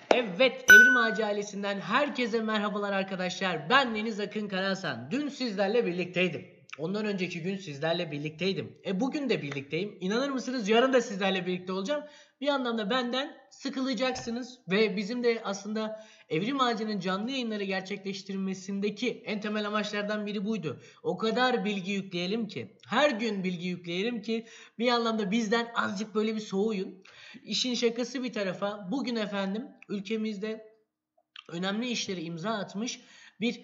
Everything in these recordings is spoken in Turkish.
Evet, Evrim Ağacı ailesinden herkese merhabalar arkadaşlar. Ben Deniz Akın Karahasan. Dün sizlerle birlikteydim. Ondan önceki gün sizlerle birlikteydim. Bugün de birlikteyim. İnanır mısınız? Yarın da sizlerle birlikte olacağım. Bir anlamda benden sıkılacaksınız ve bizim de aslında Evrim Ağacı'nın canlı yayınları gerçekleştirmesindeki en temel amaçlardan biri buydu. O kadar bilgi yükleyelim ki, her gün bilgi yükleyelim ki bir anlamda bizden azıcık böyle bir soğuyun. İşin şakası bir tarafa, bugün efendim ülkemizde önemli işleri imza atmış bir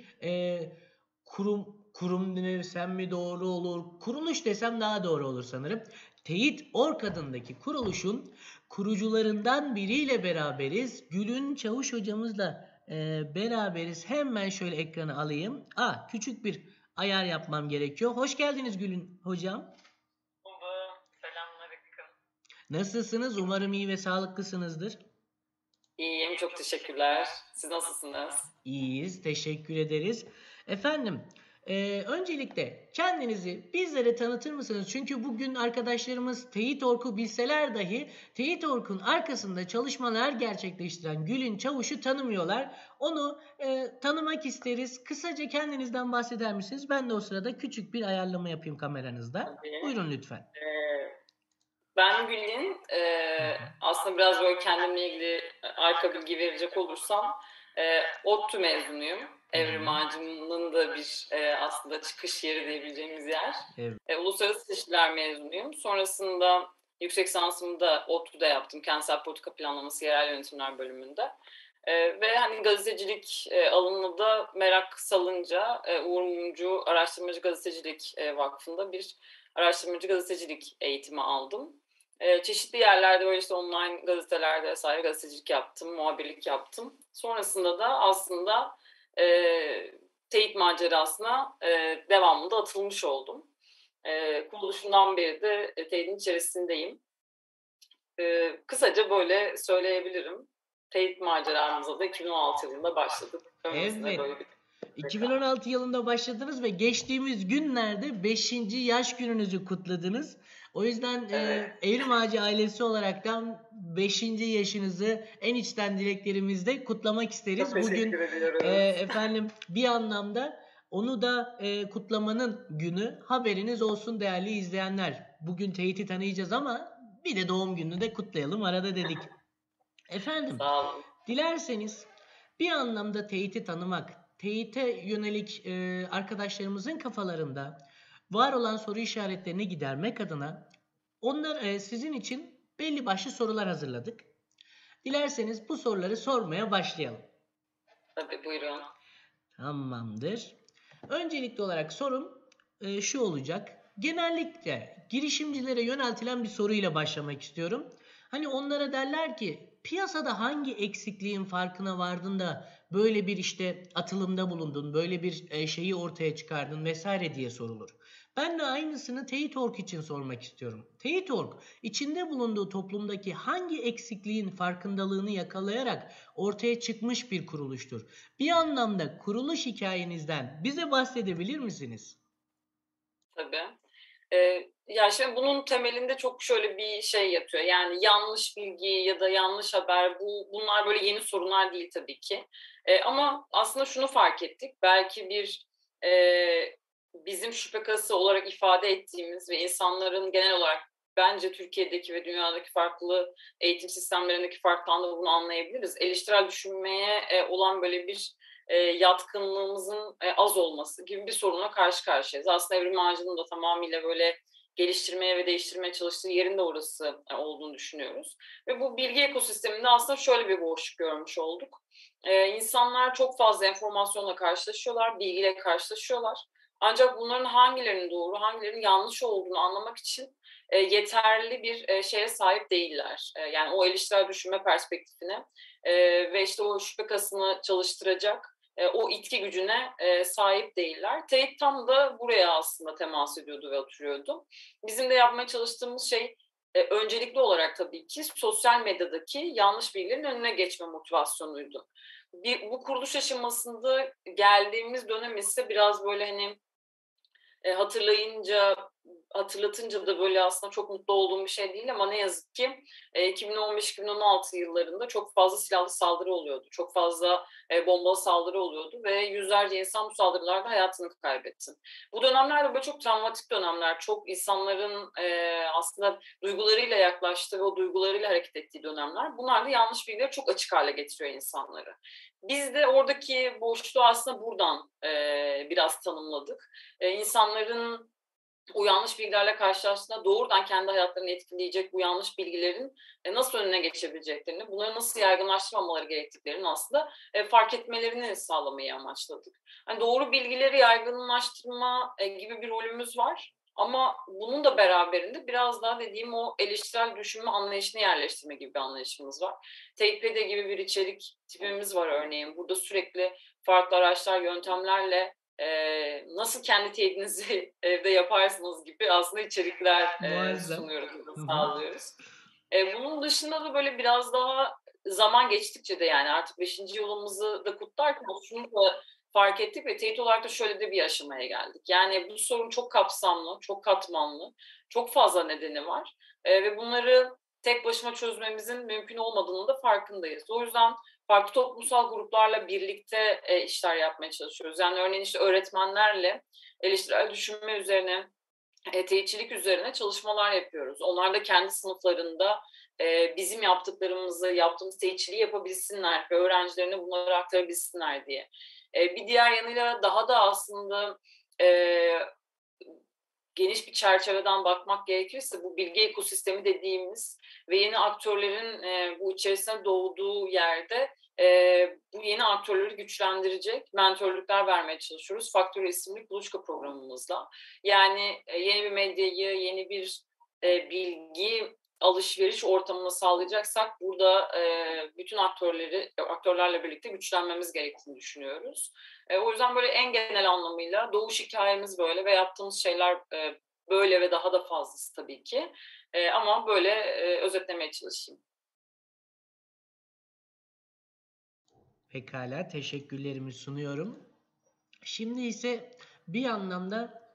kurum desem mi doğru olur, kuruluş desem daha doğru olur sanırım. Teyit.org adındaki kuruluşun kurucularından biriyle beraberiz. Gülün Çavuş hocamızla beraberiz. Hemen şöyle ekranı alayım. Küçük bir ayar yapmam gerekiyor. Hoş geldiniz Gülün hocam. Selamünaleyküm. Nasılsınız? Umarım iyi ve sağlıklısınızdır. İyiyim, çok teşekkürler. Siz nasılsınız? İyiyiz, teşekkür ederiz. Efendim, öncelikle kendinizi bizlere tanıtır mısınız? Çünkü bugün arkadaşlarımız Teyit.org'u bilseler dahi Teyit.org'un arkasında çalışmalar gerçekleştiren Gülün Çavuş'u tanımıyorlar. Onu tanımak isteriz. Kısaca kendinizden bahseder misiniz? Ben de o sırada küçük bir ayarlama yapayım kameranızda. Tabii. Buyurun lütfen. Ben Gül'ün aslında biraz böyle kendimle ilgili arka bilgi verecek olursam ODTÜ mezunuyum. Evrim Ağacı'nın da bir aslında çıkış yeri diyebileceğimiz yer. Evet. Uluslararası ilişkiler mezunuyum. Sonrasında yüksek lisansımı da ODTÜ'de yaptım. Kentsel politika planlaması yerel yönetimler bölümünde. Ve hani gazetecilik alanına da merak salınca Uğur Mumcu Araştırmacı Gazetecilik Vakfı'nda bir araştırmacı gazetecilik eğitimi aldım. Çeşitli yerlerde böyle işte online gazetelerde vesaire gazetecilik yaptım, muhabirlik yaptım. Sonrasında da aslında teyit macerasına devamında atılmış oldum. Kuruluşundan beri de teyitin içerisindeyim. Kısaca böyle söyleyebilirim. Teyit maceramıza da 2016 yılında başladık. Evet. 2016 yılında başladınız ve geçtiğimiz günlerde 5. yaş gününüzü kutladınız. O yüzden Evrim Ağacı ailesi olaraktan 5. yaşınızı en içten dileklerimizle kutlamak isteriz. Çok teşekkür Bugün ediyoruz. efendim bir anlamda onu da kutlamanın günü, haberiniz olsun değerli izleyenler. Bugün Teyit'i tanıyacağız ama bir de doğum gününü de kutlayalım arada dedik. Efendim, Sağ olun. Dilerseniz bir anlamda teyiti tanımak, teyite yönelik arkadaşlarımızın kafalarında var olan soru işaretlerini gidermek adına sizin için belli başlı sorular hazırladık. Dilerseniz bu soruları sormaya başlayalım. Tabii, buyurun. Tamamdır. Öncelikli olarak sorum şu olacak. Genellikle girişimcilere yöneltilen bir soruyla başlamak istiyorum. Hani onlara derler ki piyasada hangi eksikliğin farkına vardın da böyle bir işte atılımda bulundun, böyle bir şeyi ortaya çıkardın vesaire diye sorulur. Ben de aynısını Teyit.org için sormak istiyorum. Teyit.org içinde bulunduğu toplumdaki hangi eksikliğin farkındalığını yakalayarak ortaya çıkmış bir kuruluştur. Bir anlamda kuruluş hikayenizden bize bahsedebilir misiniz? Tabii. Ya şimdi bunun temelinde çok şöyle bir şey yatıyor. Yani yanlış bilgi ya da yanlış haber bunlar böyle yeni sorunlar değil tabii ki. Ama aslında şunu fark ettik. Belki bir bizim şüphe kası olarak ifade ettiğimiz ve insanların genel olarak bence Türkiye'deki ve dünyadaki farklı eğitim sistemlerindeki farktan da bunu anlayabiliriz. Eleştirel düşünmeye olan böyle bir yatkınlığımızın az olması gibi bir sorunla karşı karşıyayız. Aslında Evrim Ağacı'nın da tamamıyla böyle geliştirmeye ve değiştirmeye çalıştığı yerin de orası olduğunu düşünüyoruz. Ve bu bilgi ekosisteminde aslında şöyle bir boşluk görmüş olduk. İnsanlar çok fazla enformasyonla karşılaşıyorlar, bilgiyle karşılaşıyorlar. Ancak bunların hangilerinin doğru, hangilerinin yanlış olduğunu anlamak için yeterli bir şeye sahip değiller. Yani o eleştirel düşünme perspektifine ve işte o şüphe kasını çalıştıracak o itki gücüne sahip değiller. Teyit tam da buraya aslında temas ediyordu ve oturuyordu. Bizim de yapmaya çalıştığımız şey öncelikli olarak tabii ki sosyal medyadaki yanlış bilgilerin önüne geçme motivasyonuydu. Bu kuruluş aşamasında geldiğimiz dönem ise biraz böyle hani hatırlayınca hatırlatınca da böyle aslında çok mutlu olduğum bir şey değil ama ne yazık ki 2015-2016 yıllarında çok fazla silahlı saldırı oluyordu. Çok fazla bombalı saldırı oluyordu ve yüzlerce insan bu saldırılarda hayatını kaybetti. Bu dönemler de böyle çok travmatik dönemler. Çok insanların aslında duygularıyla yaklaştığı ve o duygularıyla hareket ettiği dönemler. Bunlar da yanlış bilgileri çok açık hale getiriyor insanları. Biz de oradaki boşluğu aslında buradan biraz tanımladık. İnsanların o yanlış bilgilerle karşılaştığında doğrudan kendi hayatlarını etkileyecek bu yanlış bilgilerin nasıl önüne geçebileceklerini, bunları nasıl yaygınlaştırmamaları gerektiklerini aslında fark etmelerini sağlamayı amaçladık. Hani doğru bilgileri yaygınlaştırma gibi bir rolümüz var. Ama bunun da beraberinde biraz daha dediğim o eleştirel düşünme anlayışını yerleştirme gibi bir anlayışımız var. TPD gibi bir içerik tipimiz var örneğin. Burada sürekli farklı araçlar, yöntemlerle nasıl kendi teyidinizi evde yaparsınız gibi aslında içerikler Muazzam. sunuyoruz, Hı hı. sağlıyoruz. Bunun dışında da böyle biraz daha zaman geçtikçe de yani artık 5. yılımızı da kutlarken şunu da fark ettik ve teyit olarak da şöyle de bir aşamaya geldik. Yani bu sorun çok kapsamlı, çok katmanlı, çok fazla nedeni var ve bunları tek başıma çözmemizin mümkün olmadığını da farkındayız. O yüzden farklı toplumsal gruplarla birlikte işler yapmaya çalışıyoruz. Yani örneğin işte öğretmenlerle eleştirel düşünme üzerine, teyitçilik üzerine çalışmalar yapıyoruz. Onlar da kendi sınıflarında bizim yaptıklarımızı, yaptığımız teyitçiliği yapabilsinler ve öğrencilerine bunları aktarabilsinler diye. Bir diğer yanıyla daha da aslında geniş bir çerçeveden bakmak gerekirse bu bilgi ekosistemi dediğimiz ve yeni aktörlerin bu içerisine doğduğu yerde bu yeni aktörleri güçlendirecek mentörlükler vermeye çalışıyoruz. Faktör isimli kuluçka programımızla. Yani yeni bir medyayı, yeni bir bilgi alışveriş ortamını sağlayacaksak burada bütün aktörlerle birlikte güçlenmemiz gerektiğini düşünüyoruz. O yüzden böyle en genel anlamıyla doğuş hikayemiz böyle ve yaptığımız şeyler böyle ve daha da fazlası tabii ki. Ama böyle özetlemeye çalışayım. Pekala, teşekkürlerimi sunuyorum. Şimdi ise bir anlamda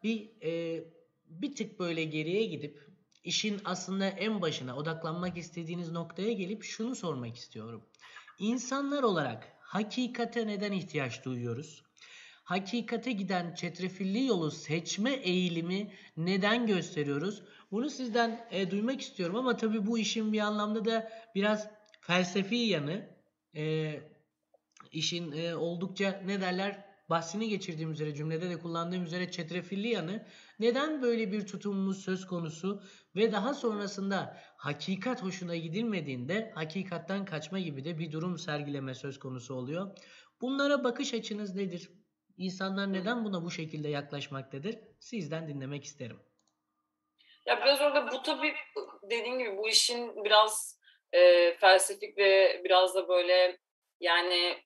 bir tık böyle geriye gidip işin aslında en başına odaklanmak istediğiniz noktaya gelip şunu sormak istiyorum. İnsanlar olarak hakikate neden ihtiyaç duyuyoruz? Hakikate giden çetrefilli yolu seçme eğilimi neden gösteriyoruz? Bunu sizden duymak istiyorum ama tabii bu işin bir anlamda da biraz felsefi yanı. E, işin oldukça ne derler bahsini geçirdiğim üzere cümlede de kullandığım üzere çetrefilli yanı neden böyle bir tutumumuz söz konusu ve daha sonrasında hakikat hoşuna gidilmediğinde hakikattan kaçma gibi de bir durum sergileme söz konusu oluyor. Bunlara bakış açınız nedir? İnsanlar neden buna bu şekilde yaklaşmaktadır? Sizden dinlemek isterim. Ya biraz orada bu tabii dediğim gibi bu işin biraz felsefik ve biraz da böyle yani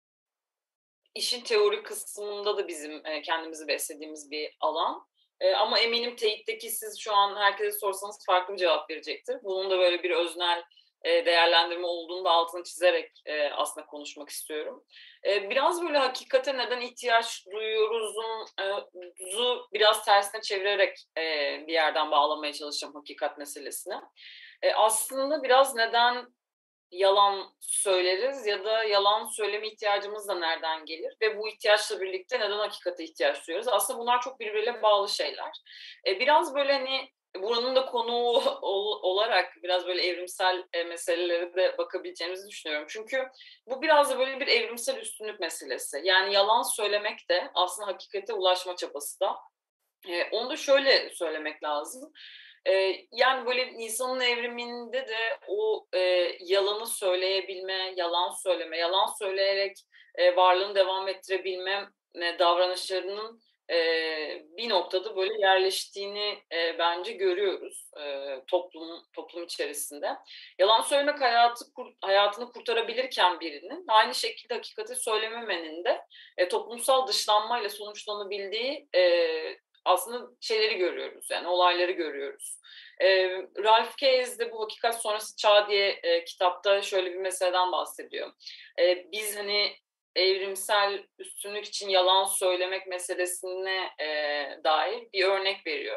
işin teori kısmında da bizim kendimizi beslediğimiz bir alan. Ama eminim teyitteki siz şu an herkese sorsanız farklı bir cevap verecektir. Bunun da böyle bir öznel değerlendirme olduğunu da altını çizerek aslında konuşmak istiyorum. Biraz böyle hakikate neden ihtiyaç duyuyoruz'un biraz tersine çevirerek bir yerden bağlamaya çalışacağım hakikat meselesine. Aslında biraz neden yalan söyleriz ya da yalan söyleme ihtiyacımız da nereden gelir ve bu ihtiyaçla birlikte neden hakikate ihtiyaç duyuyoruz? Aslında bunlar çok birbiriyle bağlı şeyler. Biraz böyle hani buranın da konuğu olarak biraz böyle evrimsel meselelere de bakabileceğimizi düşünüyorum. Çünkü bu biraz da böyle bir evrimsel üstünlük meselesi. Yani yalan söylemek de aslında hakikate ulaşma çabası da. Onu da şöyle söylemek lazım. Yani böyle insanın evriminde de o yalanı söyleyebilme, yalan söyleme, yalan söyleyerek varlığını devam ettirebilme davranışlarının bir noktada böyle yerleştiğini bence görüyoruz toplum içerisinde. Yalan söylemek hayatını kurtarabilirken birinin aynı şekilde hakikati söylememenin de toplumsal dışlanmayla sonuçlanabildiği aslında şeyleri görüyoruz yani olayları görüyoruz. Ralph Keyes de bu Hakikat Sonrası Çağ diye kitapta şöyle bir meseleden bahsediyor. Biz hani evrimsel üstünlük için yalan söylemek meselesine dair bir örnek veriyor.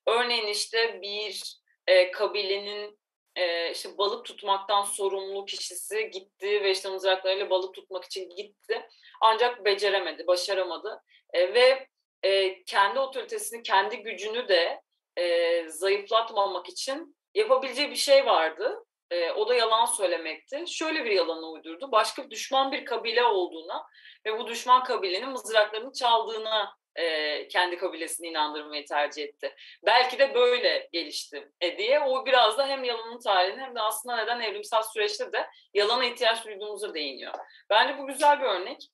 Örneğin işte bir kabilenin işte balık tutmaktan sorumlu kişisi gitti ve işte mızraklarıyla balık tutmak için gitti. Ancak beceremedi, başaramadı. Ve kendi otoritesini, kendi gücünü de zayıflatmamak için yapabileceği bir şey vardı. O da yalan söylemekti. Şöyle bir yalanı uydurdu. Başka düşman bir kabile olduğuna ve bu düşman kabilenin mızraklarını çaldığına kendi kabilesini inandırmayı tercih etti. Belki de böyle gelişti diye o biraz da hem yalanın tarihini hem de aslında neden evrimsel süreçte de yalana ihtiyaç duyduğumuza değiniyor. Bence bu güzel bir örnek.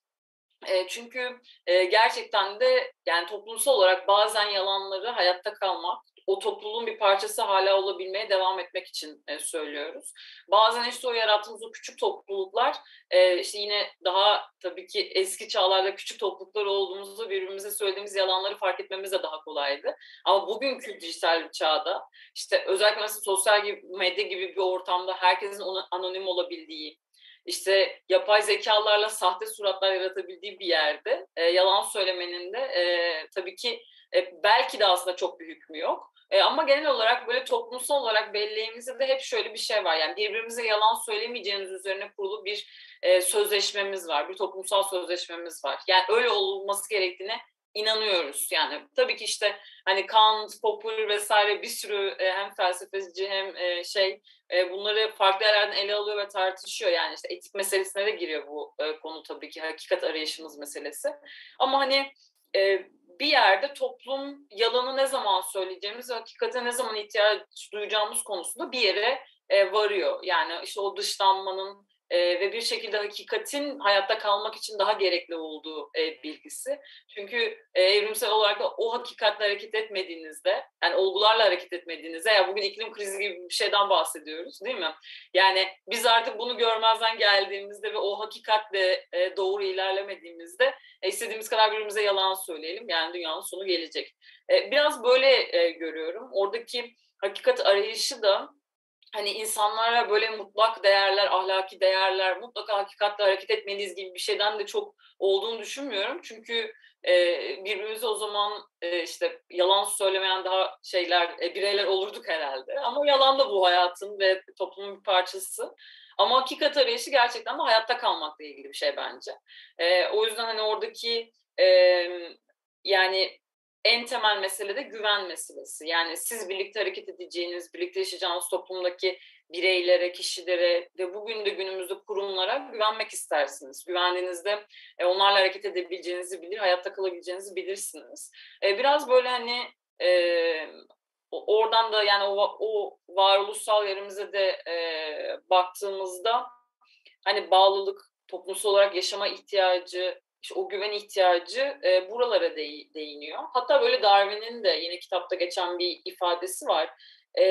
Çünkü gerçekten de yani toplumsal olarak bazen yalanları hayatta kalmak, o topluluğun bir parçası hala olabilmeye devam etmek için söylüyoruz. Bazen işte o yarattığımız o küçük topluluklar işte yine daha tabii ki eski çağlarda küçük topluluklar olduğumuzda birbirimize söylediğimiz yalanları fark etmemiz de daha kolaydı. Ama bugünkü dijital bir çağda işte özellikle mesela sosyal medya gibi bir ortamda herkesin anonim olabildiği, işte yapay zekalarla sahte suratlar yaratabildiği bir yerde yalan söylemenin de tabii ki belki de aslında çok bir hükmü yok. Ama genel olarak böyle toplumsal olarak belleğimizde de hep şöyle bir şey var. Yani birbirimize yalan söylemeyeceğimiz üzerine kurulu bir sözleşmemiz var. Bir toplumsal sözleşmemiz var. Yani öyle olması gerektiğine inanıyoruz. Yani tabii ki işte hani Kant, Popper vesaire bir sürü hem felsefeci hem bunları farklı yerlerden ele alıyor ve tartışıyor. Yani işte etik meselesine de giriyor bu konu tabii ki. Hakikat arayışımız meselesi. Ama hani bir yerde toplum yalanı ne zaman söyleyeceğimiz ve hakikate ne zaman ihtiyaç duyacağımız konusunda bir yere varıyor. Yani işte o dışlanmanın ve bir şekilde hakikatin hayatta kalmak için daha gerekli olduğu bilgisi. Çünkü evrimsel olarak da o hakikatle hareket etmediğinizde, yani olgularla hareket etmediğinizde, ya bugün iklim krizi gibi bir şeyden bahsediyoruz, değil mi? Yani biz artık bunu görmezden geldiğimizde ve o hakikatle doğru ilerlemediğimizde istediğimiz kadar birbirimize yalan söyleyelim, yani dünyanın sonu gelecek. Biraz böyle görüyorum. Oradaki hakikat arayışı da hani insanlara böyle mutlak değerler, ahlaki değerler, mutlaka hakikatle hareket etmeliyiz gibi bir şeyden de çok olduğunu düşünmüyorum. Çünkü birbirimize o zaman işte yalan söylemeyen daha bireyler olurduk herhalde. Ama yalan da bu hayatın ve toplumun bir parçası. Ama hakikat arayışı gerçekten de hayatta kalmakla ilgili bir şey bence. O yüzden hani oradaki yani en temel mesele de güven meselesi. Yani siz birlikte hareket edeceğiniz, birlikte yaşayacağınız toplumdaki bireylere, kişilere ve bugün de günümüzde kurumlara güvenmek istersiniz. Güvendiğinizde onlarla hareket edebileceğinizi bilir, hayatta kalabileceğinizi bilirsiniz. Biraz böyle hani oradan da yani o varoluşsal yerimize de baktığımızda hani bağlılık, toplumsal olarak yaşama ihtiyacı, işte o güven ihtiyacı buralara değiniyor. Hatta böyle Darwin'in de yine kitapta geçen bir ifadesi var. E,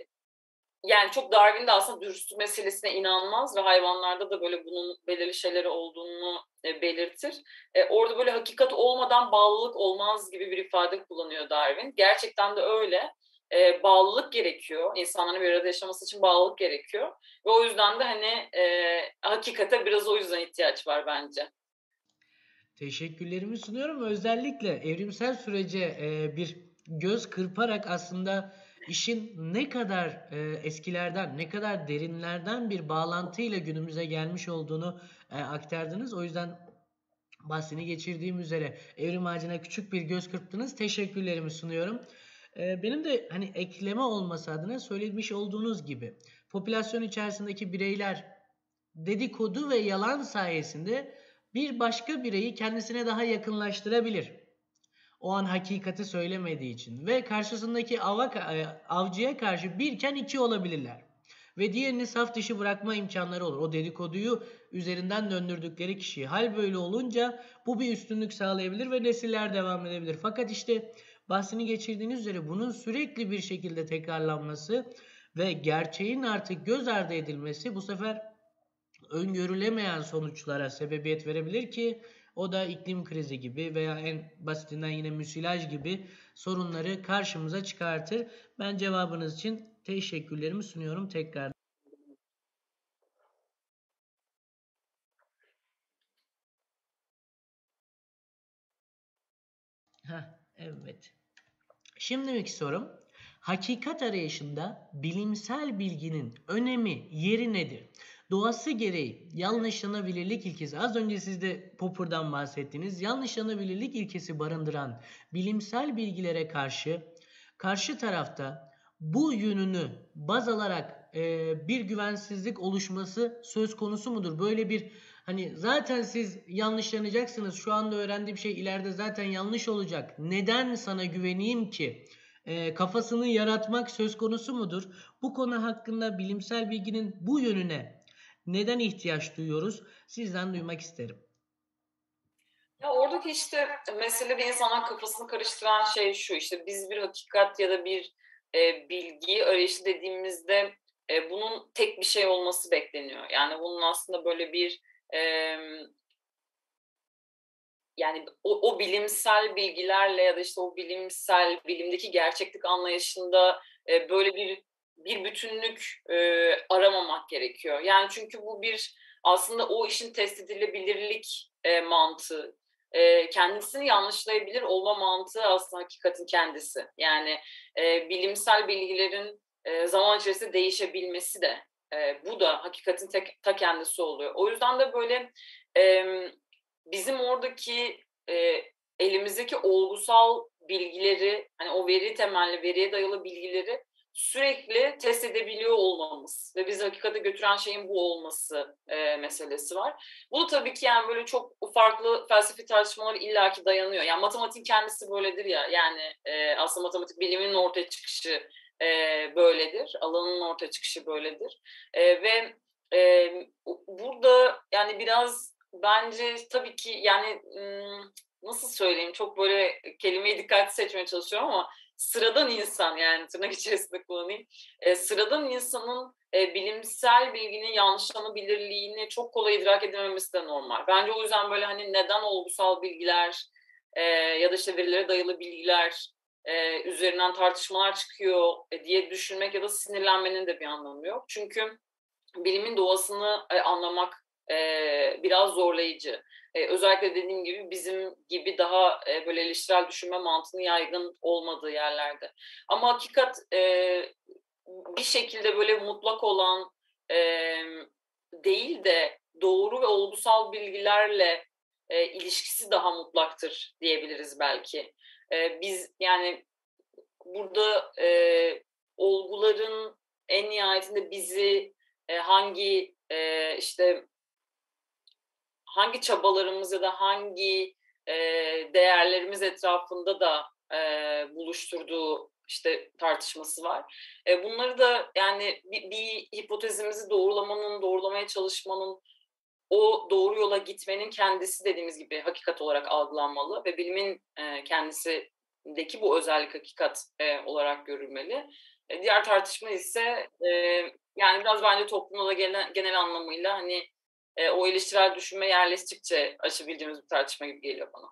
Yani çok Darwin de aslında dürüstlük meselesine inanmaz ve hayvanlarda da böyle bunun belirli şeyleri olduğunu belirtir. Orada böyle hakikat olmadan bağlılık olmaz gibi bir ifade kullanıyor Darwin. Gerçekten de öyle. Bağlılık gerekiyor. İnsanların bir arada yaşaması için bağlılık gerekiyor. Ve o yüzden de hani hakikate biraz o yüzden ihtiyaç var bence. Teşekkürlerimi sunuyorum. Özellikle evrimsel sürece bir göz kırparak aslında işin ne kadar eskilerden, ne kadar derinlerden bir bağlantıyla günümüze gelmiş olduğunu aktardınız. O yüzden bahsini geçirdiğim üzere evrim ağacına küçük bir göz kırptınız. Teşekkürlerimi sunuyorum. Benim de hani ekleme olması adına söylemiş olduğunuz gibi popülasyon içerisindeki bireyler dedikodu ve yalan sayesinde bir başka bireyi kendisine daha yakınlaştırabilir. O an hakikati söylemediği için ve karşısındaki avcıya karşı birken iki olabilirler. Ve diğerini saf dışı bırakma imkanları olur. O dedikoduyu üzerinden döndürdükleri kişiyi. Hal böyle olunca bu bir üstünlük sağlayabilir ve nesiller devam edebilir. Fakat işte bahsini geçirdiğiniz üzere bunun sürekli bir şekilde tekrarlanması ve gerçeğin artık göz ardı edilmesi bu sefer öngörülemeyen sonuçlara sebebiyet verebilir ki o da iklim krizi gibi veya en basitinden yine müsilaj gibi sorunları karşımıza çıkartır. Ben cevabınız için teşekkürlerimi sunuyorum tekrar. Evet. Şimdiki sorum. Hakikat arayışında bilimsel bilginin önemi, yeri nedir? Doğası gereği yanlışlanabilirlik ilkesi, az önce siz de Popper'dan bahsettiniz, yanlışlanabilirlik ilkesi barındıran bilimsel bilgilere karşı tarafta bu yönünü baz alarak bir güvensizlik oluşması söz konusu mudur? Böyle bir hani zaten siz yanlışlanacaksınız, şu anda öğrendiğim şey ileride zaten yanlış olacak, neden sana güveneyim ki? Kafasını yaratmak söz konusu mudur? Bu konu hakkında bilimsel bilginin bu yönüne neden ihtiyaç duyuyoruz? Sizden duymak isterim. Ya oradaki işte mesele bir insanın kafasını karıştıran şey şu, işte biz bir hakikat ya da bir bilgi arayışı dediğimizde bunun tek bir şey olması bekleniyor. Yani bunun aslında böyle bir yani o bilimsel bilgilerle ya da işte o bilimdeki gerçeklik anlayışında böyle bir bütünlük aramamak gerekiyor. Yani çünkü bu bir aslında o işin test edilebilirlik mantığı. Kendisini yanlışlayabilir olma mantığı aslında hakikatin kendisi. Yani bilimsel bilgilerin zaman içerisinde değişebilmesi de bu da hakikatin ta kendisi oluyor. O yüzden de böyle bizim oradaki elimizdeki olgusal bilgileri, hani o veri temelli, veriye dayalı bilgileri sürekli test edebiliyor olmamız ve bizi hakikate götüren şeyin bu olması meselesi var. Bu da tabii ki yani böyle çok farklı felsefi tartışmalar illaki dayanıyor. Yani matematiğin kendisi böyledir ya, yani aslında matematik biliminin ortaya çıkışı böyledir, alanın ortaya çıkışı böyledir. Ve burada yani biraz bence tabii ki yani nasıl söyleyeyim, çok böyle kelimeyi dikkatli seçmeye çalışıyorum ama sıradan insan, yani tırnak içerisinde kullanayım. Sıradan insanın bilimsel bilginin yanlışlanabilirliğini çok kolay idrak edememesi de normal. Bence o yüzden böyle hani neden olgusal bilgiler ya da işte verilere dayalı bilgiler üzerinden tartışmalar çıkıyor diye düşünmek ya da sinirlenmenin de bir anlamı yok. Çünkü bilimin doğasını anlamak biraz zorlayıcı. Özellikle dediğim gibi bizim gibi daha böyle eleştirel düşünme mantığının yaygın olmadığı yerlerde. Ama hakikat bir şekilde böyle mutlak olan değil de doğru ve olgusal bilgilerle ilişkisi daha mutlaktır diyebiliriz belki. Biz yani burada olguların en nihayetinde bizi hangi işte hangi çabalarımız ya da hangi değerlerimiz etrafında da buluşturduğu işte tartışması var. Bunları da yani bir hipotezimizi doğrulamaya çalışmanın, o doğru yola gitmenin kendisi dediğimiz gibi hakikat olarak algılanmalı ve bilimin kendisindeki bu özellik hakikat olarak görülmeli. Diğer tartışma ise yani biraz bence toplumda da genel anlamıyla hani o eleştirel düşünme yerleştikçe aşabildiğimiz bir tartışma gibi geliyor bana.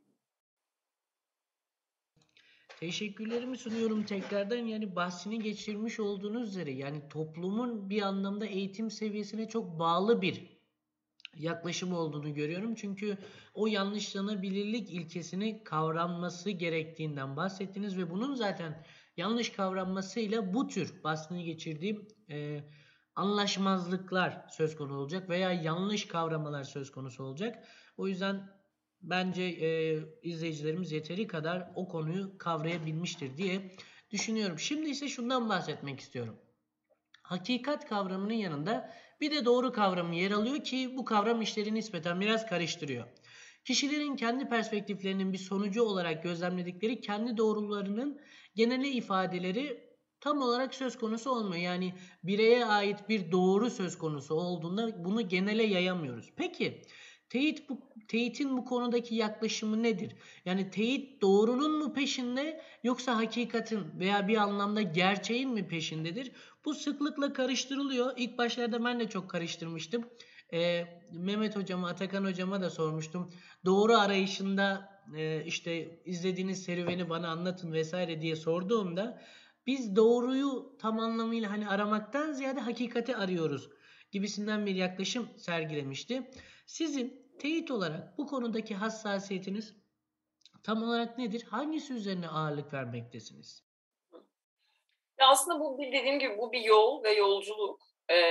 Teşekkürlerimi sunuyorum tekrardan. Yani bahsini geçirmiş olduğunuz üzere yani toplumun bir anlamda eğitim seviyesine çok bağlı bir yaklaşım olduğunu görüyorum. Çünkü o yanlışlanabilirlik ilkesini kavranması gerektiğinden bahsettiniz ve bunun zaten yanlış kavranmasıyla bu tür bahsini geçirdiğim anlaşmazlıklar söz konusu olacak veya yanlış kavramalar söz konusu olacak. O yüzden bence izleyicilerimiz yeteri kadar o konuyu kavrayabilmiştir diye düşünüyorum. Şimdi ise şundan bahsetmek istiyorum. Hakikat kavramının yanında bir de doğru kavramı yer alıyor ki bu kavram işleri nispeten biraz karıştırıyor. Kişilerin kendi perspektiflerinin bir sonucu olarak gözlemledikleri kendi doğrularının genele ifadeleri tam olarak söz konusu olmuyor. Yani bireye ait bir doğru söz konusu olduğunda bunu genele yayamıyoruz. Peki teyitin bu konudaki yaklaşımı nedir? Yani teyit doğrunun mu peşinde yoksa hakikatin veya bir anlamda gerçeğin mi peşindedir? Bu sıklıkla karıştırılıyor. İlk başlarda ben de çok karıştırmıştım. Mehmet hocama, Atakan hocama da sormuştum. Doğru arayışında işte izlediğiniz serüveni bana anlatın vesaire diye sorduğumda biz doğruyu tam anlamıyla hani aramaktan ziyade hakikati arıyoruz gibisinden bir yaklaşım sergilemişti. Sizin teyit olarak bu konudaki hassasiyetiniz tam olarak nedir? Hangisi üzerine ağırlık vermektesiniz? Ya, aslında bu dediğim gibi bu bir yol ve yolculuk.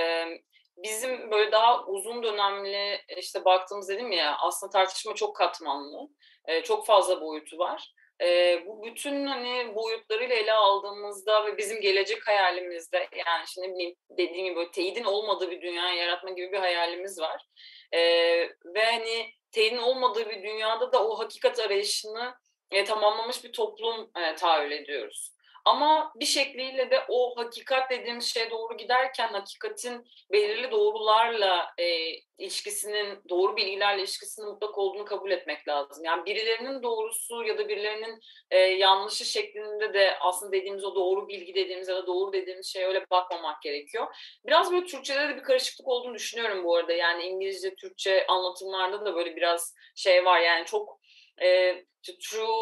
Bizim böyle daha uzun dönemli, işte, baktığımız dedim ya, aslında tartışma çok katmanlı. Çok fazla boyutu var. Bu bütün, hani, boyutlarıyla ele aldığımızda ve bizim gelecek hayalimizde, yani, işte, ne bileyim, dediğim gibi böyle teyidin olmadığı bir dünya yaratma gibi bir hayalimiz var. Ve, hani, teyidin olmadığı bir dünyada da o hakikat arayışını, tamamlamış bir toplum, tahayyül ediyoruz. Ama bir şekliyle de o hakikat dediğimiz şeye doğru giderken hakikatin belirli doğrularla, ilişkisinin, doğru bilgilerle ilişkisinin mutlak olduğunu kabul etmek lazım. Yani birilerinin doğrusu ya da birilerinin, yanlışı şeklinde de aslında dediğimiz o doğru bilgi dediğimiz ya da doğru dediğimiz şeye öyle bakmamak gerekiyor. Biraz böyle Türkçede de bir karışıklık olduğunu düşünüyorum bu arada. Yani İngilizce, Türkçe anlatımlarda da böyle biraz şey var yani çok, işte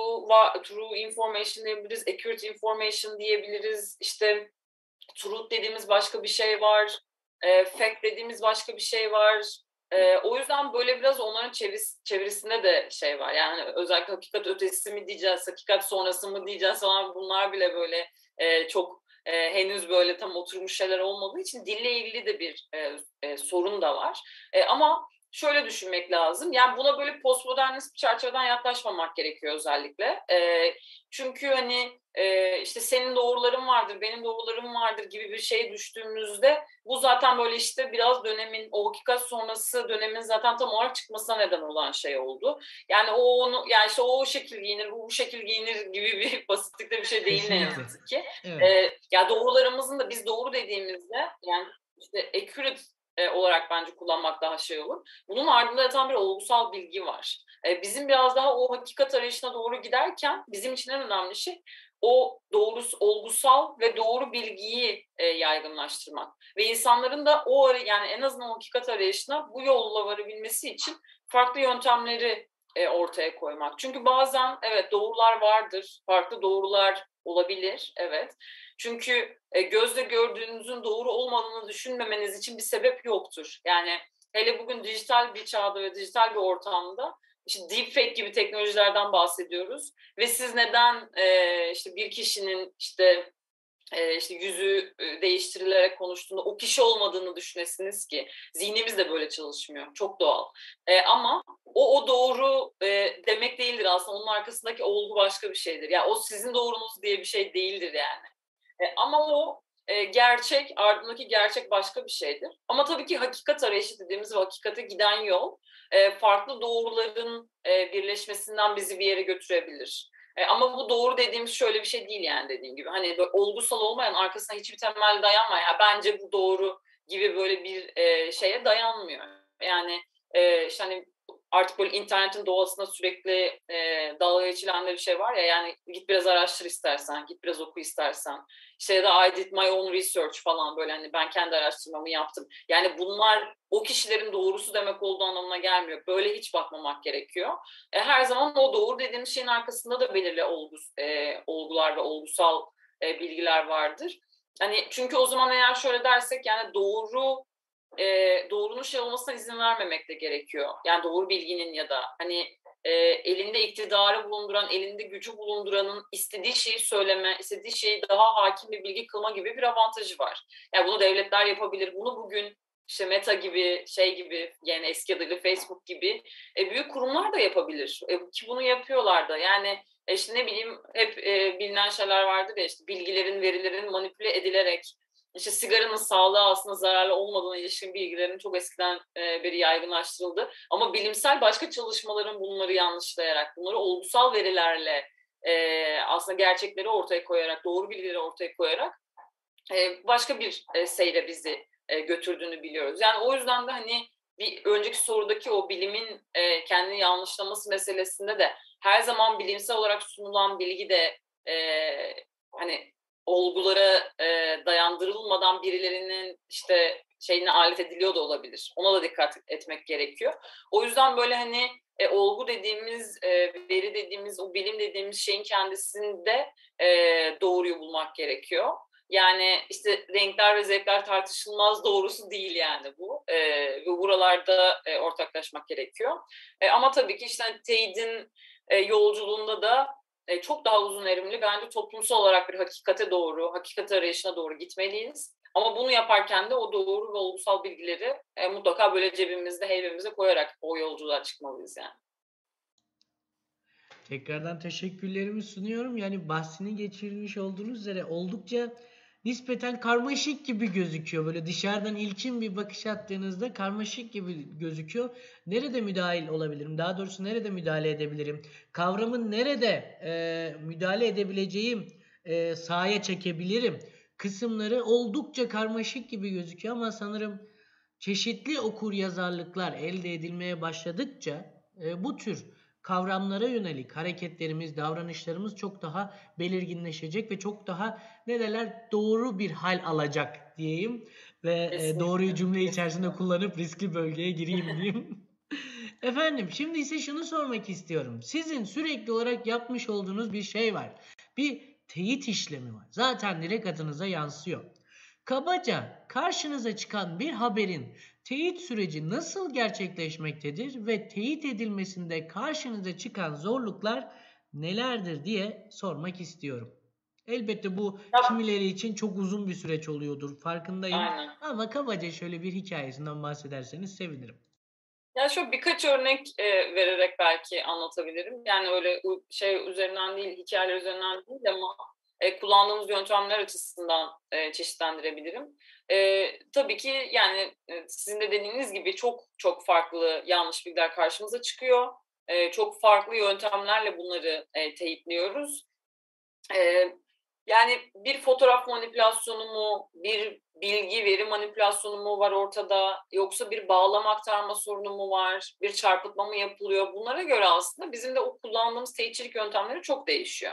true information diyebiliriz, accurate information diyebiliriz. İşte truth dediğimiz başka bir şey var, fact dediğimiz başka bir şey var. O yüzden böyle biraz onların çevirisinde de şey var. Yani özellikle hakikat ötesi mi diyeceğiz, hakikat sonrası mı diyeceğiz falan bunlar bile böyle çok henüz böyle tam oturmuş şeyler olmadığı için dille ilgili de bir sorun da var. Ama şöyle düşünmek lazım. Yani buna böyle postmodernist bir çerçeveden yaklaşmamak gerekiyor özellikle. Çünkü hani işte senin doğruların vardır, benim doğrularım vardır gibi bir şey düştüğümüzde bu zaten böyle işte biraz dönemin, o hakikat sonrası dönemin zaten tam olarak çıkmasına neden olan şey oldu. Yani o onu, yani işte o şekil giyinir, bu şekil giyinir gibi bir basitlikte bir şey değil ne Kesinlikle. yazık ki. Evet. Ya doğrularımızın da biz doğru dediğimizde yani işte accurate olarak bence kullanmak daha şey olur. Bunun ardında yatan bir olgusal bilgi var. Bizim biraz daha o hakikat arayışına doğru giderken bizim için en önemli şey o doğrusu, olgusal ve doğru bilgiyi yaygınlaştırmak. Ve insanların da o yani en azından o hakikat arayışına bu yolla varabilmesi için farklı yöntemleri ortaya koymak. Çünkü bazen evet doğrular vardır, farklı doğrular olabilir, evet. Çünkü gözle gördüğünüzün doğru olmadığını düşünmemeniz için bir sebep yoktur. Yani hele bugün dijital bir çağda ve dijital bir ortamda işte deepfake gibi teknolojilerden bahsediyoruz ve siz neden işte bir kişinin işte yüzü değiştirilerek konuştuğunda o kişi olmadığını düşünesiniz ki zihnimiz de böyle çalışmıyor. Çok doğal. Ama o doğru demek değildir aslında. Onun arkasındaki olgu başka bir şeydir. Yani o sizin doğrunuz diye bir şey değildir yani. Ama o gerçek, ardındaki gerçek başka bir şeydir. Ama tabii ki hakikat arayışı dediğimiz ve hakikate giden yol farklı doğruların birleşmesinden bizi bir yere götürebilir. Ama bu doğru dediğimiz şöyle bir şey değil yani dediğim gibi. Hani böyle olgusal olmayan arkasına hiçbir temel dayanmayan ya bence bu doğru gibi böyle bir şeye dayanmıyor. Yani işte hani artık böyle internetin doğasında sürekli dalga geçilen de bir şey var ya yani git biraz araştır istersen, git biraz oku istersen. İşte ya da I did my own research falan böyle hani ben kendi araştırmamı yaptım. Yani bunlar o kişilerin doğrusu demek olduğu anlamına gelmiyor. Böyle hiç bakmamak gerekiyor. Her zaman o doğru dediğimiz şeyin arkasında da belirli olgular ve olgusal bilgiler vardır. Hani çünkü o zaman eğer şöyle dersek yani doğrunun şey olmasına izin vermemek de gerekiyor. Yani doğru bilginin ya da hani elinde iktidarı bulunduran, elinde gücü bulunduranın istediği şeyi söyleme, istediği şeyi daha hakim bir bilgi kılma gibi bir avantajı var. Yani bunu devletler yapabilir. Bunu bugün işte Meta gibi, şey gibi, yani eski adıyla Facebook gibi büyük kurumlar da yapabilir. Ki bunu yapıyorlar da. Yani işte ne bileyim hep bilinen şeyler vardır ya işte bilgilerin, verilerin manipüle edilerek işte sigaranın sağlığa aslında zararlı olmadığına ilişkin bilgilerin çok eskiden beri yaygınlaştırıldı. Ama bilimsel başka çalışmaların bunları yanlışlayarak, bunları olgusal verilerle aslında gerçekleri ortaya koyarak, doğru bilgileri ortaya koyarak başka bir seyre bizi götürdüğünü biliyoruz. Yani o yüzden de hani bir önceki sorudaki o bilimin kendini yanlışlaması meselesinde de her zaman bilimsel olarak sunulan bilgi de hani olgulara dayandırılmadan birilerinin işte şeyine alet ediliyor da olabilir. Ona da dikkat etmek gerekiyor. O yüzden böyle hani olgu dediğimiz, veri dediğimiz, o bilim dediğimiz şeyin kendisinde doğruyu bulmak gerekiyor. Yani işte renkler ve zevkler tartışılmaz doğrusu değil yani bu. Ve buralarda ortaklaşmak gerekiyor. Ama tabii ki işte teyidin yolculuğunda da çok daha uzun erimli bence toplumsal olarak bir hakikate doğru, hakikat arayışına doğru gitmeliyiz. Ama bunu yaparken de o doğru ve olgusal bilgileri mutlaka böyle cebimizde, heybemize koyarak o yolculuğa çıkmalıyız yani. Tekrardan teşekkürlerimi sunuyorum. Yani bahsini geçirmiş olduğunuz üzere oldukça nispeten karmaşık gibi gözüküyor. Böyle dışarıdan ilkin bir bakış attığınızda karmaşık gibi gözüküyor. Nerede müdahil olabilirim? Daha doğrusu nerede müdahale edebilirim? Kavramın nerede müdahale edebileceğim, sahaya çekebilirim? Kısımları oldukça karmaşık gibi gözüküyor ama sanırım çeşitli okur yazarlıklar elde edilmeye başladıkça bu tür kavramlara yönelik hareketlerimiz, davranışlarımız çok daha belirginleşecek ve çok daha ne derler doğru bir hal alacak diyeyim ve doğruyu Kesinlikle. cümle içerisinde Kesinlikle. kullanıp riskli bölgeye gireyim diyeyim. Efendim, şimdi ise şunu sormak istiyorum. Sizin sürekli olarak yapmış olduğunuz bir şey var. Bir teyit işlemi var. Zaten direkt adınıza yansıyor. Kabaca karşınıza çıkan bir haberin teyit süreci nasıl gerçekleşmektedir ve teyit edilmesinde karşınıza çıkan zorluklar nelerdir diye sormak istiyorum. Elbette bu Ya, kimileri için çok uzun bir süreç oluyordur, farkındayım. aynen. Ama kabaca şöyle bir hikayesinden bahsederseniz sevinirim. Ya şöyle birkaç örnek vererek belki anlatabilirim. Yani öyle şey üzerinden değil, hikayeler üzerinden değil ama kullandığımız yöntemler açısından çeşitlendirebilirim. Tabii ki yani sizin de dediğiniz gibi çok çok farklı yanlış bilgiler karşımıza çıkıyor. Çok farklı yöntemlerle bunları teyitliyoruz. Eee, Yani bir fotoğraf manipülasyonu mu, bir bilgi veri manipülasyonu mu var ortada, yoksa bir bağlam aktarma sorunu mu var, bir çarpıtma mı yapılıyor? Bunlara göre aslında bizim de o kullandığımız teyitçilik yöntemleri çok değişiyor.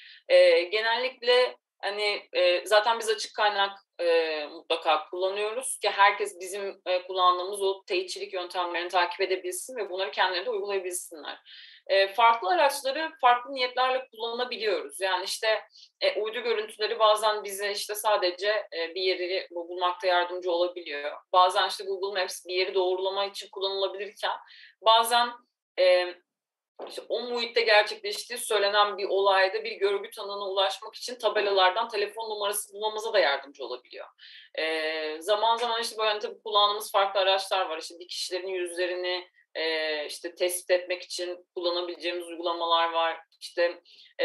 Genellikle hani zaten biz açık kaynak mutlaka kullanıyoruz ki herkes bizim kullandığımız o teyitçilik yöntemlerini takip edebilsin ve bunları kendileri de uygulayabilsinler. Farklı araçları farklı niyetlerle kullanabiliyoruz. Yani işte uydu görüntüleri bazen bize işte sadece bir yeri bulmakta yardımcı olabiliyor. Bazen işte Google Maps bir yeri doğrulama için kullanılabilirken bazen e, işte o muhitte gerçekleştiği söylenen bir olayda bir görgü tanığına ulaşmak için tabelalardan telefon numarası bulmamıza da yardımcı olabiliyor. Zaman zaman işte böyle hani tabii kullandığımız farklı araçlar var. İşte dikişlerin yüzlerini işte tespit etmek için kullanabileceğimiz uygulamalar var. İşte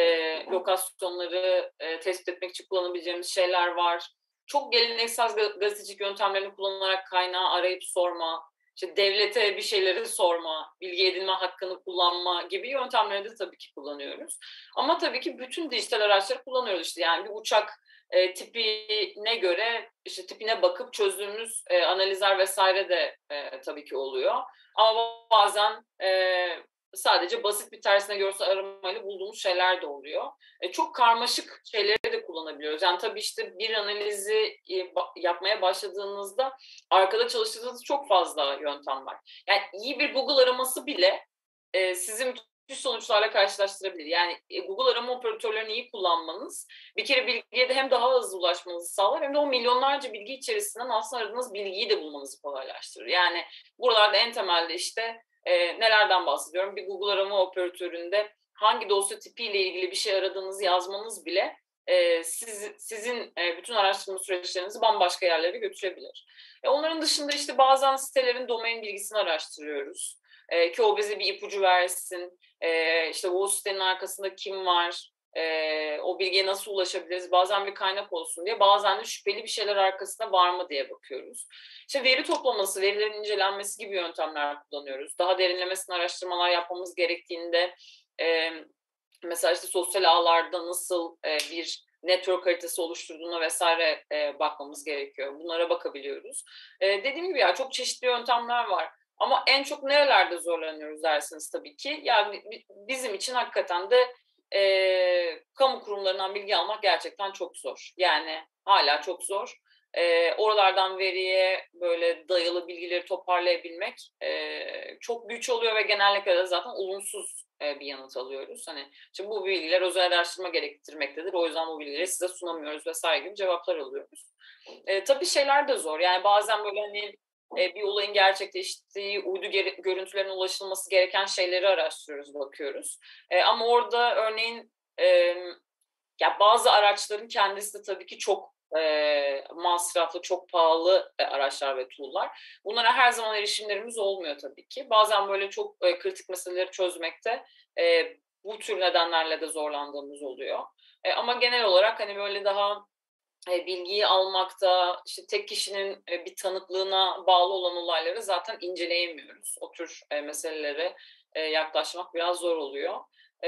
lokasyonları tespit etmek için kullanabileceğimiz şeyler var. Çok geleneksel gazetecilik yöntemlerini kullanarak kaynağı arayıp sorma, işte devlete bir şeyleri sorma, bilgi edinme hakkını kullanma gibi yöntemleri de tabii ki kullanıyoruz. Ama tabii ki bütün dijital araçları kullanıyoruz işte. Yani bir uçak tipine göre işte tipine bakıp çözdüğümüz analizler vesaire de tabii ki oluyor. Ama bazen sadece basit bir tersine görsel aramayla bulduğumuz şeyler de oluyor. Çok karmaşık şeyleri de kullanabiliyoruz. Yani tabii işte bir analizi yapmaya başladığınızda arkada çalıştırdığınız çok fazla yöntem var. Yani iyi bir Google araması bile sizin müthiş sonuçlarla karşılaştırabilir. Yani Google arama operatörlerini iyi kullanmanız bir kere bilgiye de hem daha hızlı ulaşmanızı sağlar hem de o milyonlarca bilgi içerisinden aslında aradığınız bilgiyi de bulmanızı kolaylaştırır. Yani buralarda en temelde işte nelerden bahsediyorum? Bir Google arama operatöründe hangi dosya tipiyle ilgili bir şey aradığınızı yazmanız bile sizin bütün araştırma süreçlerinizi bambaşka yerlere götürebilir. Onların dışında işte bazen sitelerin domain bilgisini araştırıyoruz. Ki o bize bir ipucu versin. İşte o sitenin arkasında kim var? O bilgiye nasıl ulaşabiliriz? Bazen bir kaynak olsun diye, bazen de şüpheli bir şeyler arkasında var mı diye bakıyoruz. İşte veri toplaması, verilerin incelenmesi gibi yöntemler kullanıyoruz. Daha derinlemesine araştırmalar yapmamız gerektiğinde mesela işte sosyal ağlarda nasıl bir network haritası oluşturduğuna vesaire bakmamız gerekiyor. Bunlara bakabiliyoruz. Dediğim gibi ya çok çeşitli yöntemler var. Ama en çok nerelerde zorlanıyoruz dersiniz tabii ki. Yani bizim için hakikaten de kamu kurumlarından bilgi almak gerçekten çok zor. Yani hala çok zor. Oralardan veriye böyle dayalı bilgileri toparlayabilmek çok güç oluyor ve genellikle de zaten olumsuz bir yanıt alıyoruz. Hani işte bu bilgiler özel araştırma gerektirmektedir. O yüzden bu bilgileri size sunamıyoruz vesaire gibi cevaplar alıyoruz. Tabii şeyler de zor. Yani bazen böyle hani bir olayın gerçekleştiği uydu görüntülerine ulaşılması gereken şeyleri araştırıyoruz, bakıyoruz. Ama orada örneğin Ya bazı araçların kendisi de tabii ki çok masraflı, çok pahalı araçlar ve tool'lar. Bunlara her zaman erişimlerimiz olmuyor tabii ki. Bazen böyle çok kritik meseleleri çözmekte bu tür nedenlerle de zorlandığımız oluyor. Ama genel olarak hani böyle daha bilgiyi almakta, işte tek kişinin bir tanıklığına bağlı olan olayları zaten inceleyemiyoruz. O tür meselelere yaklaşmak biraz zor oluyor.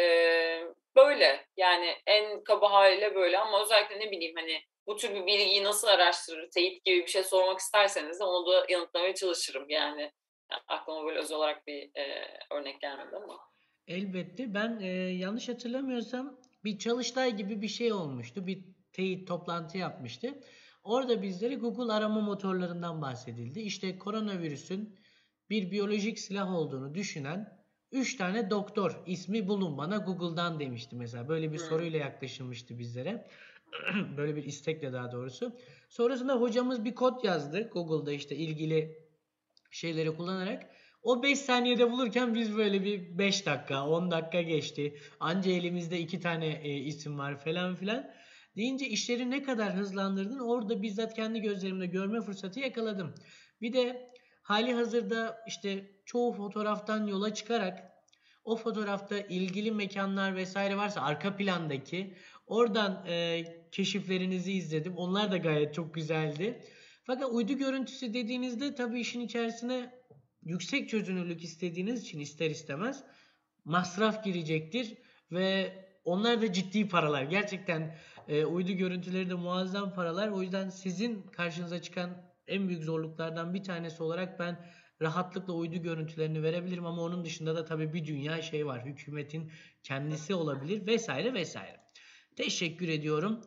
Böyle yani en kaba haliyle böyle ama özellikle ne bileyim hani bu tür bir bilgiyi nasıl araştırır, teyit gibi bir şey sormak isterseniz de onu da yanıtlamaya çalışırım. Yani aklıma böyle özel olarak bir örnek gelmedi ama. Elbette ben yanlış hatırlamıyorsam bir çalıştay gibi bir şey olmuştu. Bir teyit toplantı yapmıştı. Orada bizlere Google arama motorlarından bahsedildi. İşte koronavirüsün bir biyolojik silah olduğunu düşünen 3 tane doktor ismi bulun bana Google'dan demişti mesela. Böyle bir Hmm. soruyla yaklaşılmıştı bizlere. Böyle bir istekle daha doğrusu. Sonrasında hocamız bir kod yazdı Google'da işte ilgili şeyleri kullanarak. O 5 saniyede bulurken biz böyle bir 5 dakika, 10 dakika geçti. Anca elimizde 2 tane isim var falan filan. Deyince işleri ne kadar hızlandırdın orada bizzat kendi gözlerimle görme fırsatı yakaladım. Bir de hali hazırda işte çoğu fotoğraftan yola çıkarak o fotoğrafta ilgili mekanlar vesaire varsa arka plandaki oradan keşiflerinizi izledim. Onlar da gayet çok güzeldi. Fakat uydu görüntüsü dediğinizde tabii işin içerisine yüksek çözünürlük istediğiniz için ister istemez masraf girecektir ve onlar da ciddi paralar. Gerçekten uydu görüntüleri de muazzam paralar. O yüzden sizin karşınıza çıkan en büyük zorluklardan bir tanesi olarak ben rahatlıkla uydu görüntülerini verebilirim ama onun dışında da tabii bir dünya şey var. Hükümetin kendisi olabilir vesaire vesaire. Teşekkür ediyorum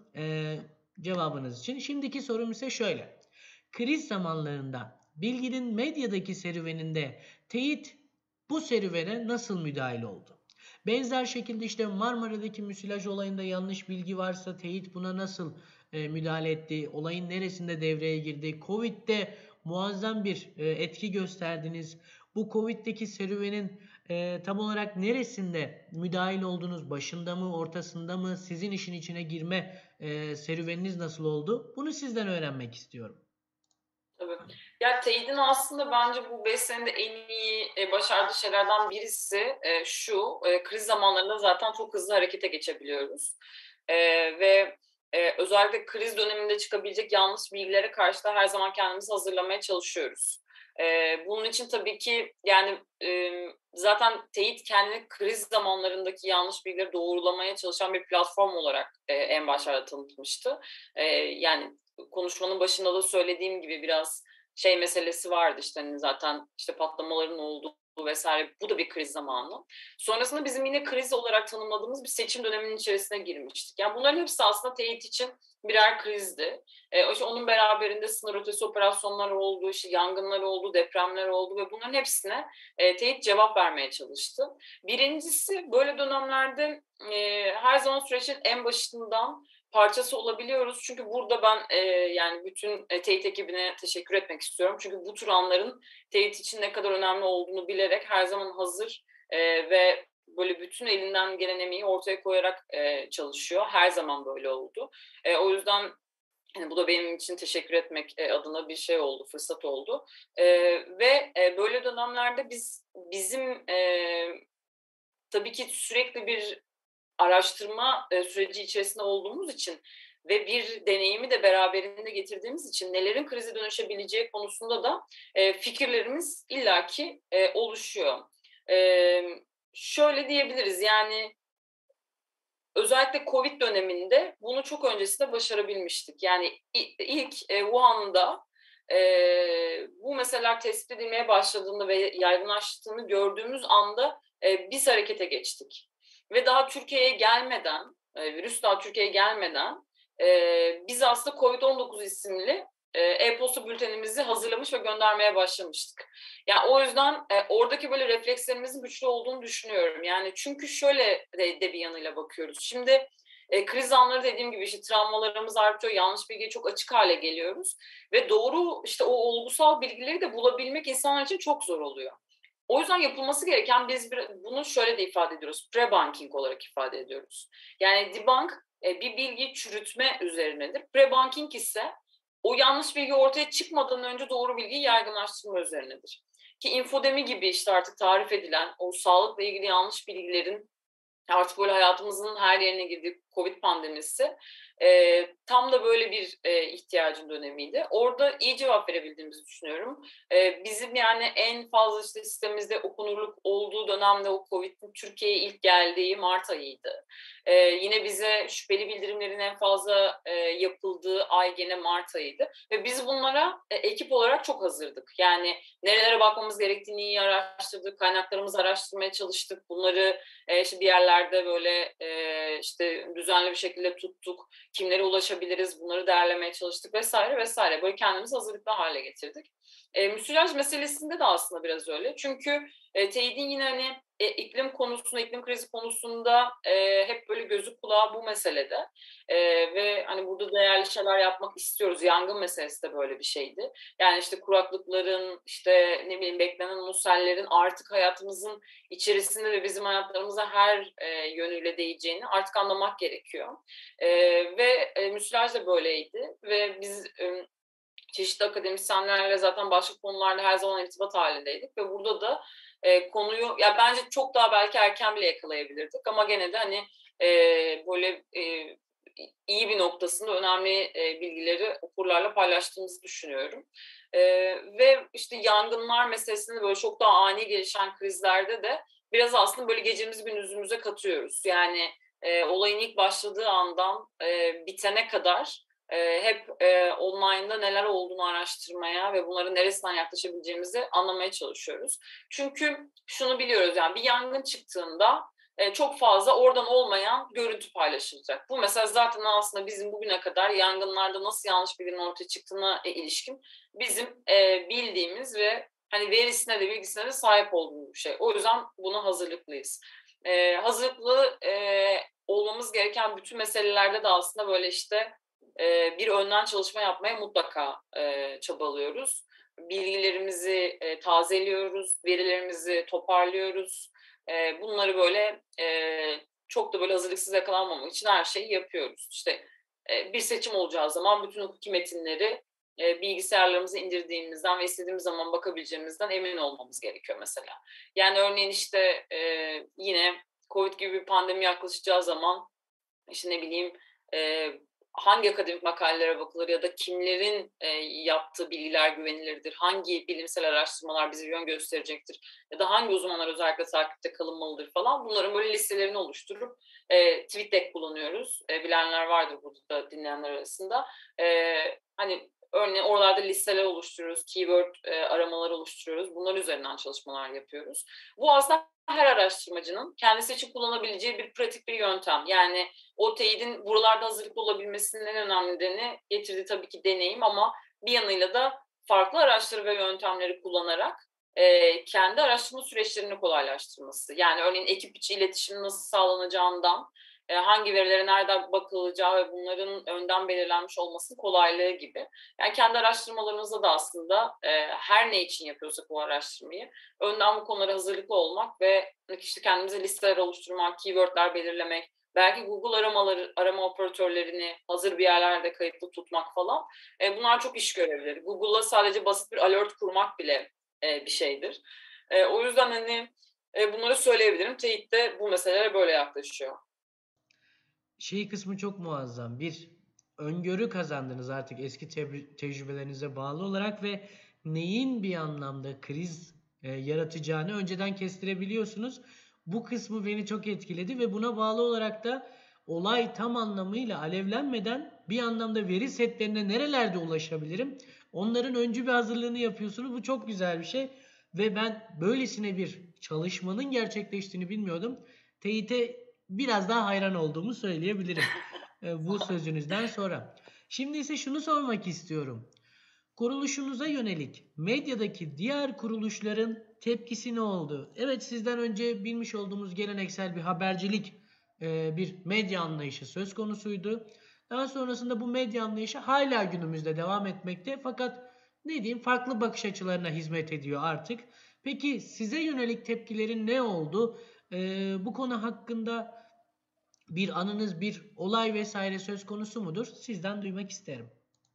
cevabınız için. Şimdiki sorum ise şöyle. Kriz zamanlarında bilginin medyadaki serüveninde teyit bu serüvene nasıl müdahil oldu? Benzer şekilde işte Marmara'daki müsilaj olayında yanlış bilgi varsa teyit buna nasıl müdahale etti? Olayın neresinde devreye girdi? Covid'de muazzam bir etki gösterdiniz. Bu Covid'deki serüvenin tam olarak neresinde müdahil oldunuz? Başında mı, ortasında mı? Sizin işin içine girme serüveniniz nasıl oldu? Bunu sizden öğrenmek istiyorum. Tabii. Ya teyidin aslında bence bu 5 senede en iyi başardığı şeylerden birisi şu, kriz zamanlarında zaten çok hızlı harekete geçebiliyoruz. Ve özellikle kriz döneminde çıkabilecek yanlış bilgilere karşı da her zaman kendimizi hazırlamaya çalışıyoruz. Bunun için tabii ki yani zaten teyit kendini kriz zamanlarındaki yanlış bilgileri doğrulamaya çalışan bir platform olarak en başlarda tanıtmıştı. Yani konuşmanın başında da söylediğim gibi biraz şey meselesi vardı işte hani zaten işte patlamaların olduğu vesaire bu da bir kriz zamanı. Sonrasında bizim yine kriz olarak tanımladığımız bir seçim döneminin içerisine girmiştik. Yani bunların hepsi aslında teyit için birer krizdi. İşte onun beraberinde sınır ötesi operasyonlar oldu, işte yangınlar oldu, depremler oldu ve bunların hepsine teyit cevap vermeye çalıştı. Birincisi böyle dönemlerde her zaman sürecin en başından parçası olabiliyoruz. Çünkü burada ben yani bütün teyit ekibine teşekkür etmek istiyorum. Çünkü bu tür anların teyit için ne kadar önemli olduğunu bilerek her zaman hazır ve böyle bütün elinden gelen emeği ortaya koyarak çalışıyor. Her zaman böyle oldu. O yüzden yani bu da benim için teşekkür etmek adına bir şey oldu, fırsat oldu. Ve böyle dönemlerde bizim tabii ki sürekli bir araştırma süreci içerisinde olduğumuz için ve bir deneyimi de beraberinde getirdiğimiz için nelerin krize dönüşebileceği konusunda da fikirlerimiz illaki oluşuyor. Şöyle diyebiliriz yani özellikle Covid döneminde bunu çok öncesinde başarabilmiştik. Yani ilk Wuhan'da bu meseleler tespit edilmeye başladığında ve yaygınlaştığını gördüğümüz anda biz harekete geçtik. Ve daha Türkiye'ye gelmeden, virüs daha Türkiye'ye gelmeden biz aslında COVID-19 isimli e-posta bültenimizi hazırlamış ve göndermeye başlamıştık. Yani o yüzden oradaki böyle reflekslerimizin güçlü olduğunu düşünüyorum. Yani çünkü şöyle de bir yanıyla bakıyoruz. Şimdi kriz anları dediğim gibi işte travmalarımız artıyor, yanlış bilgiye çok açık hale geliyoruz ve doğru işte o olgusal bilgileri de bulabilmek insanlar için çok zor oluyor. O yüzden yapılması gereken biz bunu şöyle de ifade ediyoruz. Pre-banking olarak ifade ediyoruz. Yani debunk bir bilgi çürütme üzerinedir. Pre-banking ise o yanlış bilgi ortaya çıkmadan önce doğru bilgiyi yaygınlaştırma üzerinedir. Ki infodemi gibi işte artık tarif edilen o sağlıkla ilgili yanlış bilgilerin artık böyle hayatımızın her yerine girdiği Covid pandemisi tam da böyle bir ihtiyacın dönemiydi. Orada iyi cevap verebildiğimizi düşünüyorum. Bizim yani en fazla işte sistemimizde okunurluk olduğu dönemde o Covid'in Türkiye'ye ilk geldiği Mart ayıydı. Yine bize şüpheli bildirimlerin en fazla yapıldığı ay gene Mart ayıydı. Ve biz bunlara ekip olarak çok hazırdık. Yani nerelere bakmamız gerektiğini iyi araştırdık, kaynaklarımızı araştırmaya çalıştık. Bunları işte bir yerlerde böyle işte düzenli bir şekilde tuttuk. Kimlere ulaşabiliriz bunları değerlemeye çalıştık vesaire vesaire. Böyle kendimizi hazırlıklı hale getirdik. Müsilaj meselesinde de aslında biraz öyle. Çünkü teyidin yine hani iklim konusunda, iklim krizi konusunda hep böyle gözü kulağı bu meselede. Ve hani burada değerli şeyler yapmak istiyoruz. Yangın meselesi de böyle bir şeydi. Yani işte kuraklıkların, işte ne bileyim beklenen musellerin artık hayatımızın içerisinde ve bizim hayatlarımıza her yönüyle değeceğini artık anlamak gerekiyor. Ve müsilaj da böyleydi. Ve biz çeşitli akademisyenlerle zaten başka konularda her zaman irtibat halindeydik ve burada da konuyu ya bence çok daha belki erken bile yakalayabilirdik ama gene de hani böyle iyi bir noktasında önemli bilgileri okurlarla paylaştığımızı düşünüyorum. Ve işte yangınlar meselesinde böyle çok daha ani gelişen krizlerde de biraz aslında böyle gecemizi gündüzümüze katıyoruz. Yani olayın ilk başladığı andan bitene kadar hep online'da neler olduğunu araştırmaya ve bunların neresinden yaklaşabileceğimizi anlamaya çalışıyoruz. Çünkü şunu biliyoruz yani bir yangın çıktığında çok fazla oradan olmayan görüntü paylaşılacak. Bu mesela zaten aslında bizim bugüne kadar yangınlarda nasıl yanlış bilginin ortaya çıktığına ilişkin bizim bildiğimiz ve hani verisine de bilgisine de sahip olduğumuz bir şey. O yüzden buna hazırlıklıyız. Hazırlıklı olmamız gereken bütün meselelerde de aslında böyle işte bir önden çalışma yapmaya mutlaka çabalıyoruz. Bilgilerimizi tazeliyoruz, verilerimizi toparlıyoruz. Bunları böyle çok da böyle hazırlıksız yakalanmamak için her şeyi yapıyoruz. İşte bir seçim olacağı zaman bütün hukuki metinleri bilgisayarlarımıza indirdiğimizden ve istediğimiz zaman bakabileceğimizden emin olmamız gerekiyor mesela. Yani örneğin işte yine Covid gibi bir pandemi yaklaşacağı zaman işte ne bileyim hangi akademik makalelere bakılır ya da kimlerin yaptığı bilgiler güvenilirdir, hangi bilimsel araştırmalar bize yön gösterecektir ya da hangi uzmanlar özellikle takipte kalınmalıdır falan bunların böyle listelerini oluşturup TweetDeck kullanıyoruz. Bilenler vardır burada dinleyenler arasında. Hani örneğin oralarda listeler oluşturuyoruz, keyword aramaları oluşturuyoruz. Bunlar üzerinden çalışmalar yapıyoruz. Bu aslında her araştırmacının kendisi için kullanabileceği bir pratik bir yöntem. Yani o teyidin buralarda hazırlıklı olabilmesinin en önemli nedeni getirdiği tabii ki deneyim ama bir yanıyla da farklı araçları ve yöntemleri kullanarak kendi araştırma süreçlerini kolaylaştırması. Yani örneğin ekip içi iletişim nasıl sağlanacağından, hangi verilere nereden bakılacağı ve bunların önden belirlenmiş olmasının kolaylığı gibi. Yani kendi araştırmalarımızda da aslında her ne için yapıyorsak o araştırmayı önden bu konulara hazırlıklı olmak ve işte kendimize listeler oluşturmak, keywordler belirlemek, belki Google arama operatörlerini hazır bir yerlerde kayıtlı tutmak falan. Bunlar çok iş görebilir. Google'la sadece basit bir alert kurmak bile bir şeydir. O yüzden hani bunları söyleyebilirim. Teyit de bu meselelere böyle yaklaşıyor. Şey kısmı çok muazzam. Bir öngörü kazandınız artık eski tecrübelerinize bağlı olarak ve neyin bir anlamda kriz yaratacağını önceden kestirebiliyorsunuz. Bu kısmı beni çok etkiledi ve buna bağlı olarak da olay tam anlamıyla alevlenmeden bir anlamda veri setlerine nerelerde ulaşabilirim? Onların öncü bir hazırlığını yapıyorsunuz. Bu çok güzel bir şey ve ben böylesine bir çalışmanın gerçekleştiğini bilmiyordum. Teyit'e biraz daha hayran olduğumu söyleyebilirim bu sözünüzden sonra. Şimdi ise şunu sormak istiyorum. Kuruluşunuza yönelik medyadaki diğer kuruluşların tepkisi ne oldu? Evet, sizden önce bilmiş olduğumuz geleneksel bir habercilik, bir medya anlayışı söz konusuydu. Daha sonrasında bu medya anlayışı hala günümüzde devam etmekte fakat ne diyeyim farklı bakış açılarına hizmet ediyor artık. Peki size yönelik tepkilerin ne oldu? Bu konu hakkında bir anınız, bir olay vesaire söz konusu mudur? Sizden duymak isterim.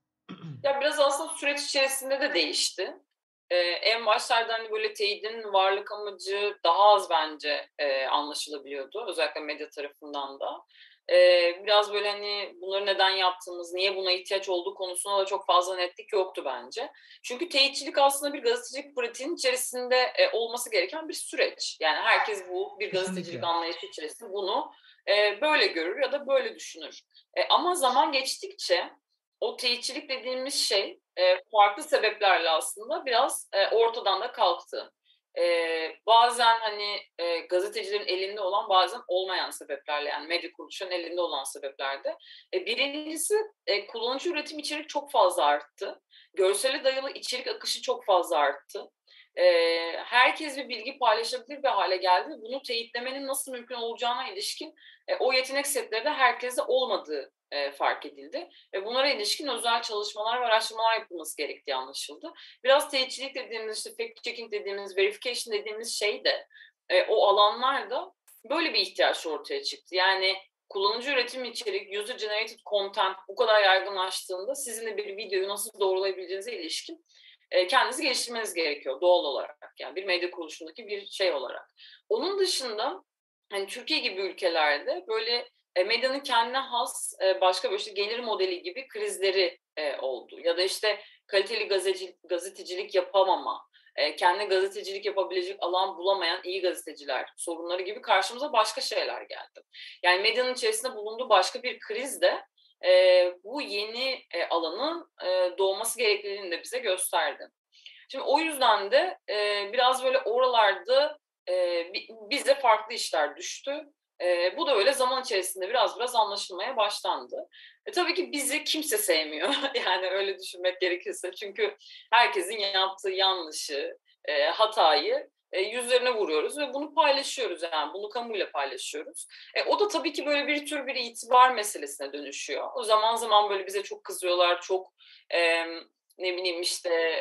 Ya, biraz aslında süreç içerisinde de değişti. En başlarda, hani, böyle teyidin varlık amacı daha az bence, anlaşılabiliyordu. Özellikle medya tarafından da. Biraz böyle, hani, bunları neden yaptığımız, niye buna ihtiyaç olduğu konusunda da çok fazla netlik yoktu bence. Çünkü teyitçilik aslında bir gazetecilik pratiğinin içerisinde, olması gereken bir süreç. Yani herkes bir gazetecilik Kesinlikle. anlayışı içerisinde bunu, böyle görür ya da böyle düşünür. Ama zaman geçtikçe o teyitçilik dediğimiz şey, farklı sebeplerle aslında biraz, ortadan da kalktı. Bazen, hani, gazetecilerin elinde olan, bazen olmayan sebeplerle, yani medya kuruluşlarının elinde olan sebeplerde. 1'incisi, kullanıcı üretim içerik çok fazla arttı. Görsele dayalı içerik akışı çok fazla arttı. Herkes bir bilgi paylaşabilir bir hale geldi. Bunu teyitlemenin nasıl mümkün olacağına ilişkin, o yetenek setleri de herkeste olmadığı, fark edildi ve bunlara ilişkin özel çalışmalar ve araştırmalar yapılması gerektiği anlaşıldı. Biraz teyitçilik dediğimiz, işte fact checking dediğimiz, verification dediğimiz şey de, o alanlarda böyle bir ihtiyaç ortaya çıktı. Yani kullanıcı üretim içerik, user generated content bu kadar yaygınlaştığında sizin de bir videoyu nasıl doğrulayabileceğinize ilişkin, kendinizi geliştirmeniz gerekiyor doğal olarak. Yani bir medya kuruluşundaki bir şey olarak. Onun dışında, hani, Türkiye gibi ülkelerde böyle, medyanın kendine has, başka böyle, işte, gelir modeli gibi krizleri, oldu. Ya da, işte, kaliteli gazetecilik yapamama, kendine gazetecilik yapabilecek alan bulamayan iyi gazeteciler sorunları gibi karşımıza başka şeyler geldi. Yani medyanın içerisinde bulunduğu başka bir kriz de, bu yeni, alanın, doğması gerekliliğini de bize gösterdi. Şimdi o yüzden de, biraz böyle oralarda, bize farklı işler düştü. Bu da öyle zaman içerisinde biraz anlaşılmaya başlandı. Tabii ki bizi kimse sevmiyor. Yani öyle düşünmek gerekirse. Çünkü herkesin yaptığı yanlışı, hatayı, yüzlerine vuruyoruz ve bunu paylaşıyoruz, yani bunu kamuyla paylaşıyoruz. O da tabii ki böyle bir itibar meselesine dönüşüyor. O zaman zaman böyle bize çok kızıyorlar, çok, ne bileyim, işte,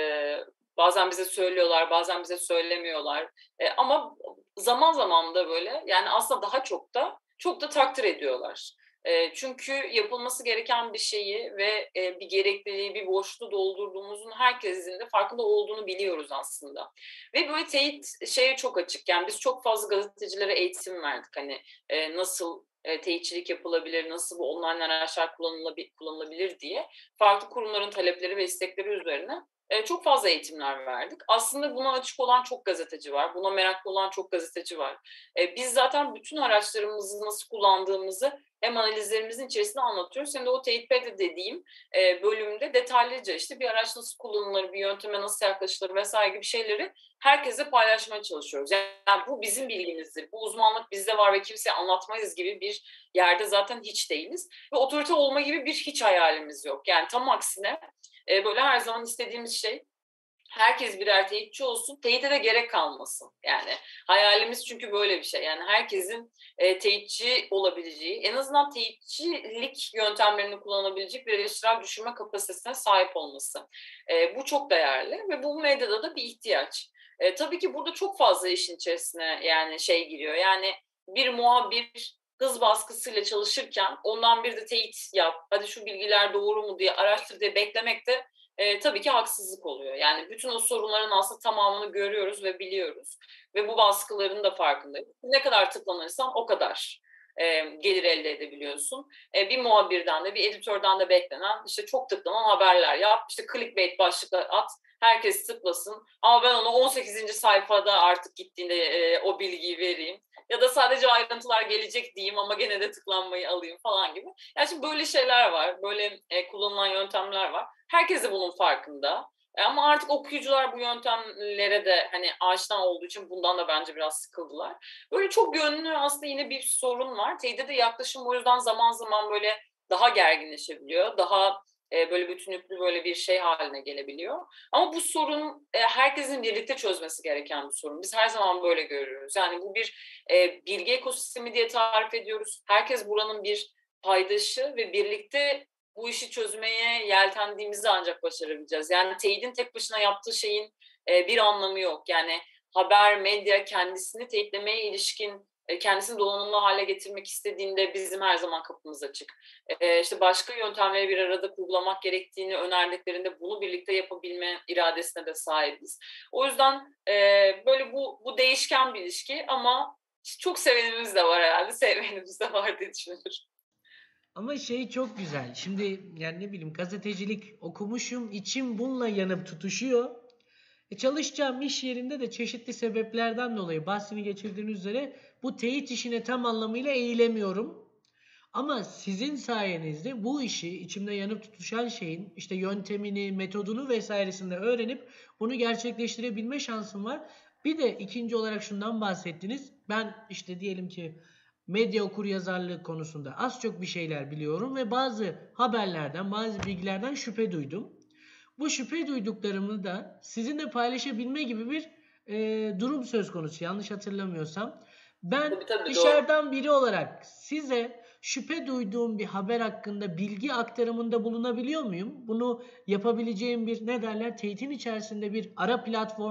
bazen bize söylüyorlar, bazen bize söylemiyorlar. Ama zaman zaman da böyle, yani aslında daha çok da takdir ediyorlar. Çünkü yapılması gereken bir şeyi ve, bir gerekliliği, bir boşluğu doldurduğumuzun herkesin de farkında olduğunu biliyoruz aslında. Ve böyle teyit şeye çok açık. Yani biz çok fazla gazetecilere eğitim verdik. Hani, nasıl, teyitçilik yapılabilir, nasıl bu online araçlar kullanılabilir diye farklı kurumların talepleri ve istekleri üzerine, çok fazla eğitimler verdik. Aslında buna açık olan çok gazeteci var. Buna meraklı olan çok gazeteci var. Biz zaten bütün araçlarımızı nasıl kullandığımızı hem analizlerimizin içerisinde anlatıyoruz hem de o teyitpedi dediğim, bölümde detaylıca, işte, bir araç nasıl kullanılır, bir yönteme nasıl yaklaşılır vs. gibi şeyleri herkesle paylaşmaya çalışıyoruz. Yani bu bizim bilgimizdir. Bu uzmanlık bizde var ve kimseye anlatmayız gibi bir yerde zaten hiç değiliz ve otorite olma gibi bir hiç hayalimiz yok. Yani tam aksine, böyle her zaman istediğimiz şey herkes birer teyitçi olsun, teyite de gerek kalmasın. Yani hayalimiz çünkü böyle bir şey. Yani herkesin, teyitçi olabileceği, en azından teyitçilik yöntemlerini kullanabilecek bir eleştirel düşünme kapasitesine sahip olması. Bu çok değerli ve bu medyada da bir ihtiyaç. Tabii ki burada çok fazla işin içerisine yani şey giriyor. Yani bir muhabir hız baskısıyla çalışırken ondan bir de teyit yap, hadi şu bilgiler doğru mu diye araştır diye beklemek de tabii ki haksızlık oluyor. Yani bütün o sorunların aslında tamamını görüyoruz ve biliyoruz ve bu baskıların da farkındayız. Ne kadar tıklanırsan o kadar, gelir elde edebiliyorsun. Bir muhabirden de bir editörden de beklenen, işte, çok tıklanan haberler yap, işte, clickbait başlıklar at, herkes tıklasın ama ben ona 18. sayfada artık gittiğinde, o bilgiyi vereyim ya da sadece ayrıntılar gelecek diyeyim ama gene de tıklanmayı alayım falan gibi. Yani, şimdi böyle şeyler var, böyle, kullanılan yöntemler var. Herkes de bunun farkında. Ama artık okuyucular bu yöntemlere de hani aşina olduğu için bundan da bence biraz sıkıldılar. Böyle çok yönlü aslında yine bir sorun var. Teyide de yaklaşım o yüzden zaman zaman böyle daha gerginleşebiliyor. Daha böyle bütünlüklü böyle bir şey haline gelebiliyor. Ama bu sorun herkesin birlikte çözmesi gereken bir sorun. Biz her zaman böyle görüyoruz. Yani bu bir bilgi ekosistemi diye tarif ediyoruz. Herkes buranın bir paydaşı ve birlikte bu işi çözmeye yeltendiğimizde ancak başarabileceğiz. Yani teyidin tek başına yaptığı şeyin bir anlamı yok. Yani haber, medya kendisini teyitlemeye ilişkin kendisini donanımlı hale getirmek istediğinde bizim her zaman kapımız açık. İşte başka yöntemleri bir arada kurgulamak gerektiğini önerdiklerinde bunu birlikte yapabilme iradesine de sahibiz. O yüzden böyle bu değişken bir ilişki ama çok sevenimiz de var herhalde, sevmeyenimiz de var diye düşünüyorum. Ama şey çok güzel. Şimdi yani ne bileyim gazetecilik okumuşum, içim bununla yanıp tutuşuyor. Çalışacağım iş yerinde de çeşitli sebeplerden dolayı bahsini geçirdiğiniz üzere bu teyit işine tam anlamıyla eğilemiyorum. Ama sizin sayenizde bu işi içimde yanıp tutuşan şeyin işte yöntemini, metodunu vesairesinde öğrenip bunu gerçekleştirebilme şansım var. Bir de ikinci olarak şundan bahsettiniz. Ben işte diyelim ki medya okuryazarlığı konusunda az çok bir şeyler biliyorum ve bazı haberlerden, bazı bilgilerden şüphe duydum. Bu şüphe duyduklarımı da sizinle paylaşabilme gibi bir durum söz konusu yanlış hatırlamıyorsam. Ben Tabii, dışarıdan doğru. biri olarak size şüphe duyduğum bir haber hakkında bilgi aktarımında bulunabiliyor muyum? Bunu yapabileceğim bir ne derler teyitin içerisinde bir ara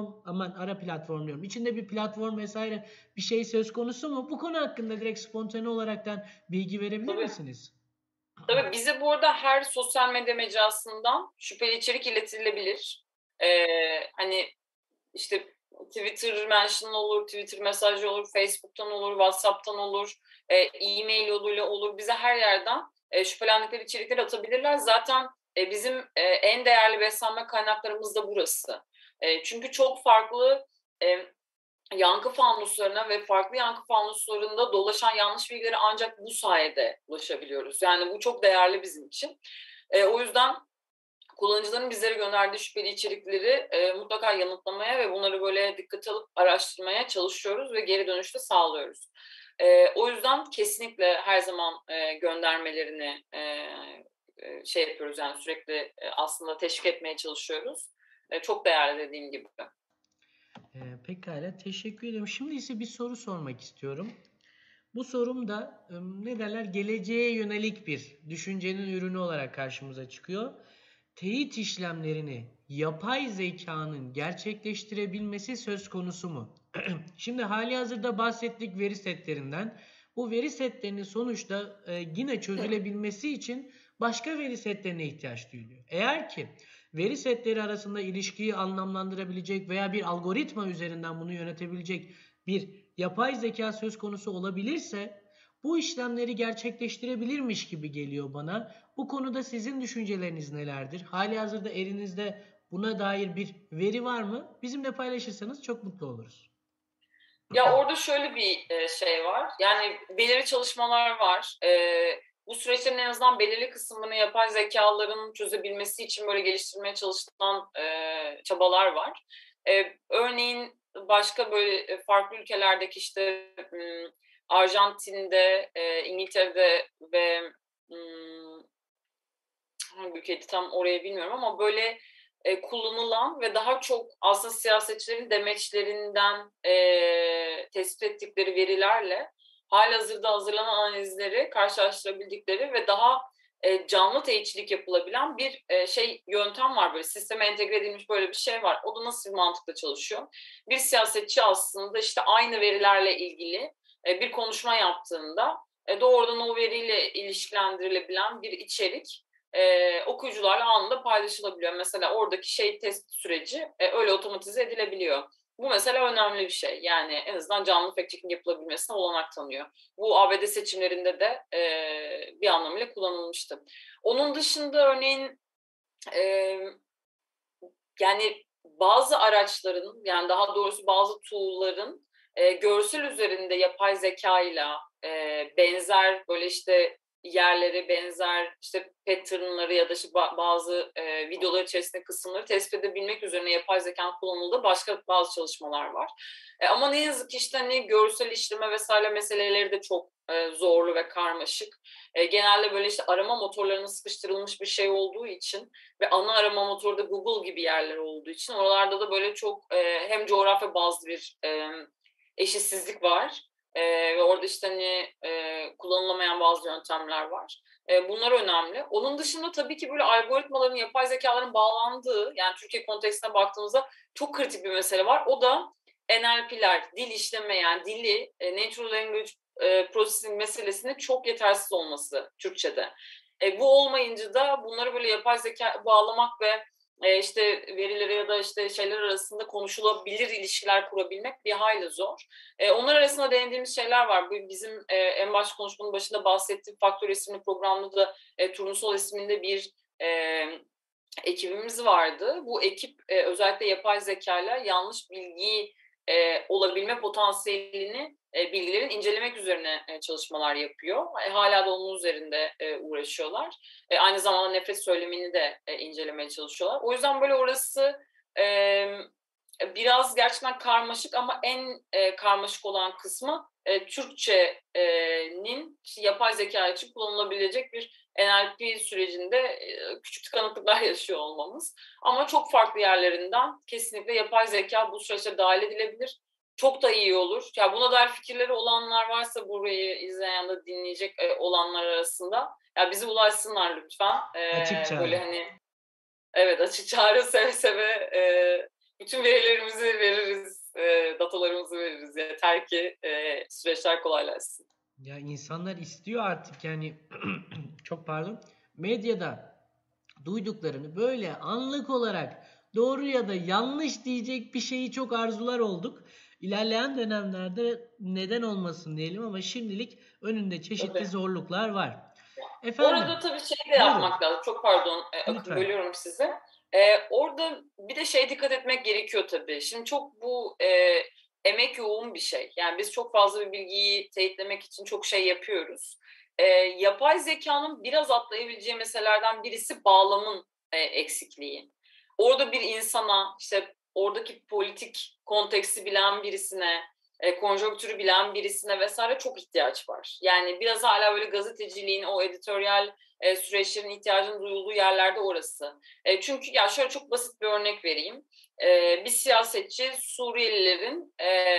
platform diyorum. İçinde bir platform vesaire bir şey söz konusu mu? Bu konu hakkında direkt spontane olaraktan bilgi verebilir Tabii. misiniz? Tabii bize bu arada her sosyal medya mecrasından şüpheli içerik iletilebilir. Hani işte Twitter mention olur, Twitter mesajı olur, Facebook'tan olur, WhatsApp'tan olur, e-mail yoluyla olur. Bize her yerden şüphelendikleri içerikleri atabilirler. Zaten bizim en değerli beslenme kaynaklarımız da burası. Çünkü çok farklı yankı fanuslarına ve farklı yankı fanuslarında dolaşan yanlış bilgileri ancak bu sayede ulaşabiliyoruz. Yani bu çok değerli bizim için. O yüzden kullanıcıların bizlere gönderdiği şüpheli içerikleri mutlaka yanıtlamaya ve bunları böyle dikkate alıp araştırmaya çalışıyoruz ve geri dönüş de sağlıyoruz. O yüzden kesinlikle her zaman göndermelerini şey yapıyoruz yani sürekli aslında teşvik etmeye çalışıyoruz. Çok değerli dediğim gibi. Pekala teşekkür ederim. Şimdi ise bir soru sormak istiyorum. Bu sorum da ne derler geleceğe yönelik bir düşüncenin ürünü olarak karşımıza çıkıyor. Teyit işlemlerini yapay zekanın gerçekleştirebilmesi söz konusu mu? Şimdi hali hazırda bahsettik veri setlerinden. Bu veri setlerinin sonuçta yine çözülebilmesi için başka veri setlerine ihtiyaç duyuluyor. Eğer ki veri setleri arasında ilişkiyi anlamlandırabilecek veya bir algoritma üzerinden bunu yönetebilecek bir yapay zeka söz konusu olabilirse bu işlemleri gerçekleştirebilirmiş gibi geliyor bana. Bu konuda sizin düşünceleriniz nelerdir? Halihazırda elinizde buna dair bir veri var mı? Bizimle paylaşırsanız çok mutlu oluruz. Ya orada şöyle bir şey var. Yani belirli çalışmalar var. Bu süreçlerin en azından belirli kısmını yapay zekaların çözebilmesi için böyle geliştirmeye çalışılan çabalar var. Örneğin başka böyle farklı ülkelerdeki işte Arjantin'de, İngiltere'de ve hangi ülkeydi tam oraya bilmiyorum ama böyle kullanılan ve daha çok aslında siyasetçilerin demeçlerinden tespit ettikleri verilerle halihazırda hazırlanan analizleri karşılaştırabildikleri ve daha canlı teyitçilik yapılabilen bir yöntem var böyle sisteme entegre edilmiş böyle bir şey var. O da nasıl bir mantıkla çalışıyor? Bir siyasetçi aslında işte aynı verilerle ilgili bir konuşma yaptığında doğrudan o veriyle ilişkilendirilebilen bir içerik okuyucularla anında paylaşılabiliyor. Mesela oradaki tespit süreci öyle otomatize edilebiliyor. Bu mesela önemli bir şey. Yani en azından canlı fact checking yapılabilmesine olanak tanıyor. Bu ABD seçimlerinde de bir anlamıyla kullanılmıştı. Onun dışında örneğin yani bazı araçların yani daha doğrusu bazı tool'ların görsel üzerinde yapay zekayla benzer böyle işte yerleri benzer işte patternları ya da işte bazı videolar içerisinde kısımları tespit edebilmek üzerine yapay zekanın kullanıldığı başka bazı çalışmalar var. Ama ne yazık ki işte hani görsel işleme vesaire meseleleri de çok zorlu ve karmaşık. Genelde böyle işte arama motorlarına sıkıştırılmış bir şey olduğu için ve ana arama motoru da Google gibi yerler olduğu için oralarda da böyle çok hem coğrafya bazlı bir eşitsizlik var. Ve orada işte hani kullanılamayan bazı yöntemler var. Bunlar önemli. Onun dışında tabii ki böyle algoritmaların, yapay zekaların bağlandığı, yani Türkiye kontekstine baktığımızda çok kritik bir mesele var. O da NLP'ler, dil işleme, yani dili, Natural Language Processing meselesinin çok yetersiz olması Türkçe'de. Bu olmayınca da bunları böyle yapay zeka bağlamak ve işte verileri ya da işte şeyler arasında konuşulabilir ilişkiler kurabilmek bir hayli zor. Onlar arasında denediğimiz şeyler var. Bizim en baş konuşmanın başında bahsettiğim Faktör isimli programda da Turnusol isminde bir ekibimiz vardı. Bu ekip özellikle yapay zekayla yanlış bilgi olabilme potansiyelini, bilgilerin incelemek üzerine çalışmalar yapıyor. Hala da onun üzerinde uğraşıyorlar. Aynı zamanda nefret söylemini de incelemeye çalışıyorlar. O yüzden böyle orası biraz gerçekten karmaşık, ama en karmaşık olan kısmı Türkçe'nin yapay zeka için kullanılabilecek bir NLP sürecinde küçük tıkanıklıklar yaşıyor olmamız. Ama çok farklı yerlerinden kesinlikle yapay zeka bu süreçte dahil edilebilir. Çok da iyi olur. Ya buna dair fikirleri olanlar varsa, burayı izleyen de dinleyecek olanlar arasında, ya bize ulaşsınlar lütfen. Açık Böyle çağrı. hani evet, açık çağrı, seve seve bütün verilerimizi veririz, datalarımızı veririz. Yeter ki süreçler kolaylaşsın. Ya insanlar istiyor artık yani çok pardon. Medyada duyduklarını böyle anlık olarak doğru ya da yanlış diyecek bir şeyi çok arzular olduk. İlerleyen dönemlerde neden olmasın diyelim ama şimdilik önünde çeşitli Tabii. zorluklar var. Efendim, Orada tabii şey de buyurun yapmak lazım. Çok pardon, Akın, lütfen. bölüyorum sizi. Orada bir de dikkat etmek gerekiyor tabii. Şimdi çok bu emek yoğun bir şey. Yani biz çok fazla bir bilgiyi teyitlemek için çok şey yapıyoruz. Yapay zekanın biraz atlayabileceği meselelerden birisi bağlamın eksikliği. Orada bir insana, işte oradaki politik konteksti bilen birisine, konjonktürü bilen birisine vesaire çok ihtiyaç var. Yani biraz hala böyle gazeteciliğin, o editoryal süreçlerin ihtiyacının duyulduğu yerlerde orası. Çünkü ya şöyle çok basit bir örnek vereyim. Bir siyasetçi Suriyelilerin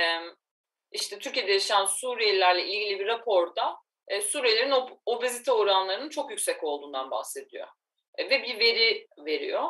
işte Türkiye'de yaşayan Suriyelilerle ilgili bir raporda Suriyelilerin obezite oranlarının çok yüksek olduğundan bahsediyor. Ve bir veri veriyor.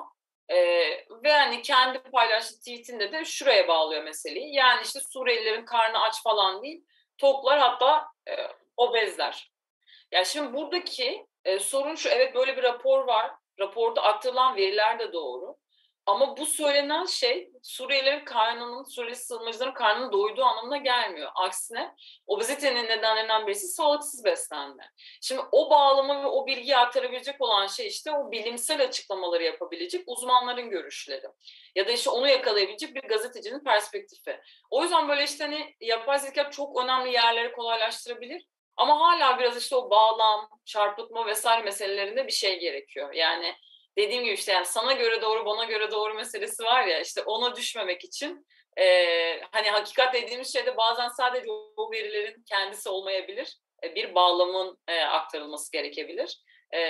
Ve hani kendi paylaştığı tweetinde de şuraya bağlıyor meseleyi. Yani işte Suriyelilerin karnı aç falan değil, toklar, hatta obezler. Yani şimdi buradaki sorun şu: evet, böyle bir rapor var. Raporda aktarılan veriler de doğru. Ama bu söylenen şey Suriyelilerin karnının, Suriyeli sığınmacıların karnının doyduğu anlamına gelmiyor. Aksine obezitenin nedenlerinden birisi sağlıksız beslenme. Şimdi o bağlamı ve o bilgiyi aktarabilecek olan şey işte o bilimsel açıklamaları yapabilecek uzmanların görüşleri. Ya da işte onu yakalayabilecek bir gazetecinin perspektifi. O yüzden böyle işte hani yapay zeka çok önemli yerleri kolaylaştırabilir. Ama hala biraz işte o bağlam, çarpıtma vesaire meselelerinde bir şey gerekiyor. Yani dediğim gibi işte, yani sana göre doğru, bana göre doğru meselesi var ya, işte ona düşmemek için hani hakikat dediğimiz şeyde bazen sadece o verilerin kendisi olmayabilir. Bir bağlamın aktarılması gerekebilir.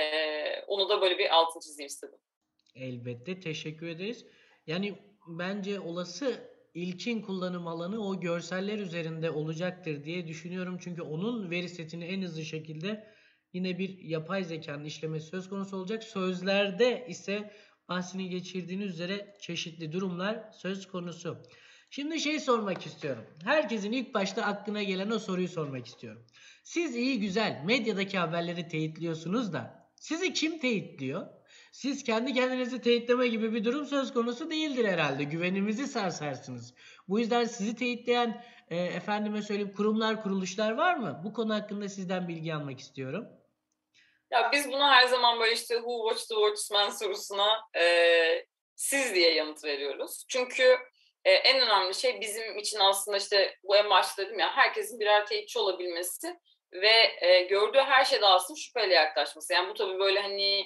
Onu da böyle bir altını çizeyim istedim. Elbette teşekkür ederiz. Yani bence olası ilkin kullanım alanı o görseller üzerinde olacaktır diye düşünüyorum. Çünkü onun veri setini en hızlı şekilde yine bir yapay zekanın işlemesi söz konusu olacak. Sözlerde ise bahsini geçirdiğiniz üzere çeşitli durumlar söz konusu. Şimdi şey sormak istiyorum. Herkesin ilk başta aklına gelen o soruyu sormak istiyorum. Siz iyi güzel medyadaki haberleri teyitliyorsunuz da sizi kim teyitliyor? Siz kendi kendinizi teyitleme gibi bir durum söz konusu değildir herhalde. Güvenimizi sarsarsınız. Bu yüzden sizi teyitleyen efendime söyleyeyim kurumlar, kuruluşlar var mı? Bu konu hakkında sizden bilgi almak istiyorum. Ya biz buna her zaman böyle işte who watched the watchman sorusuna siz diye yanıt veriyoruz. Çünkü en önemli şey bizim için aslında işte bu, en başta dedim ya, herkesin birer teyitçi olabilmesi ve gördüğü her şeyde aslında şüpheyle yaklaşması. Yani bu tabii böyle hani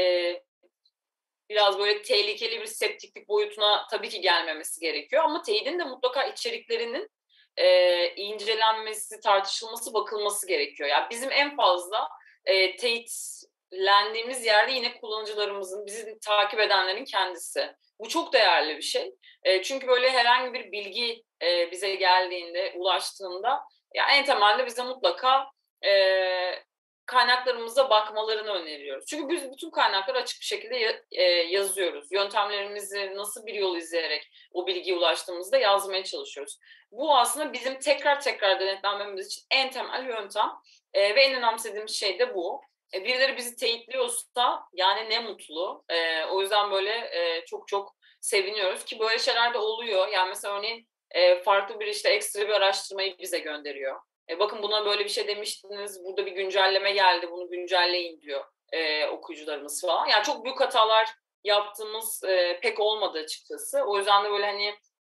biraz böyle tehlikeli bir septiklik boyutuna tabii ki gelmemesi gerekiyor. Ama teyidin de mutlaka içeriklerinin incelenmesi, tartışılması, bakılması gerekiyor. Yani bizim en fazla teyitlendiğimiz yerde yine kullanıcılarımızın, bizi takip edenlerin kendisi. Bu çok değerli bir şey. Çünkü böyle herhangi bir bilgi bize geldiğinde, ulaştığında Yani en temelde bize mutlaka kaynaklarımıza bakmalarını öneriyoruz. Çünkü biz bütün kaynakları açık bir şekilde yazıyoruz. Yöntemlerimizi nasıl bir yol izleyerek o bilgiye ulaştığımızda yazmaya çalışıyoruz. Bu aslında bizim tekrar tekrar denetlenmemiz için en temel yöntem ve en önemsediğimiz şey de bu. Birileri bizi teyitliyorsa yani ne mutlu. O yüzden böyle çok çok seviniyoruz ki böyle şeyler de oluyor. Yani mesela örneğin farklı bir işte ekstra bir araştırmayı bize gönderiyor. Bakın buna böyle bir şey demiştiniz, burada bir güncelleme geldi, bunu güncelleyin diyor okuyucularımız falan. Yani çok büyük hatalar yaptığımız pek olmadı açıkçası. O yüzden de böyle hani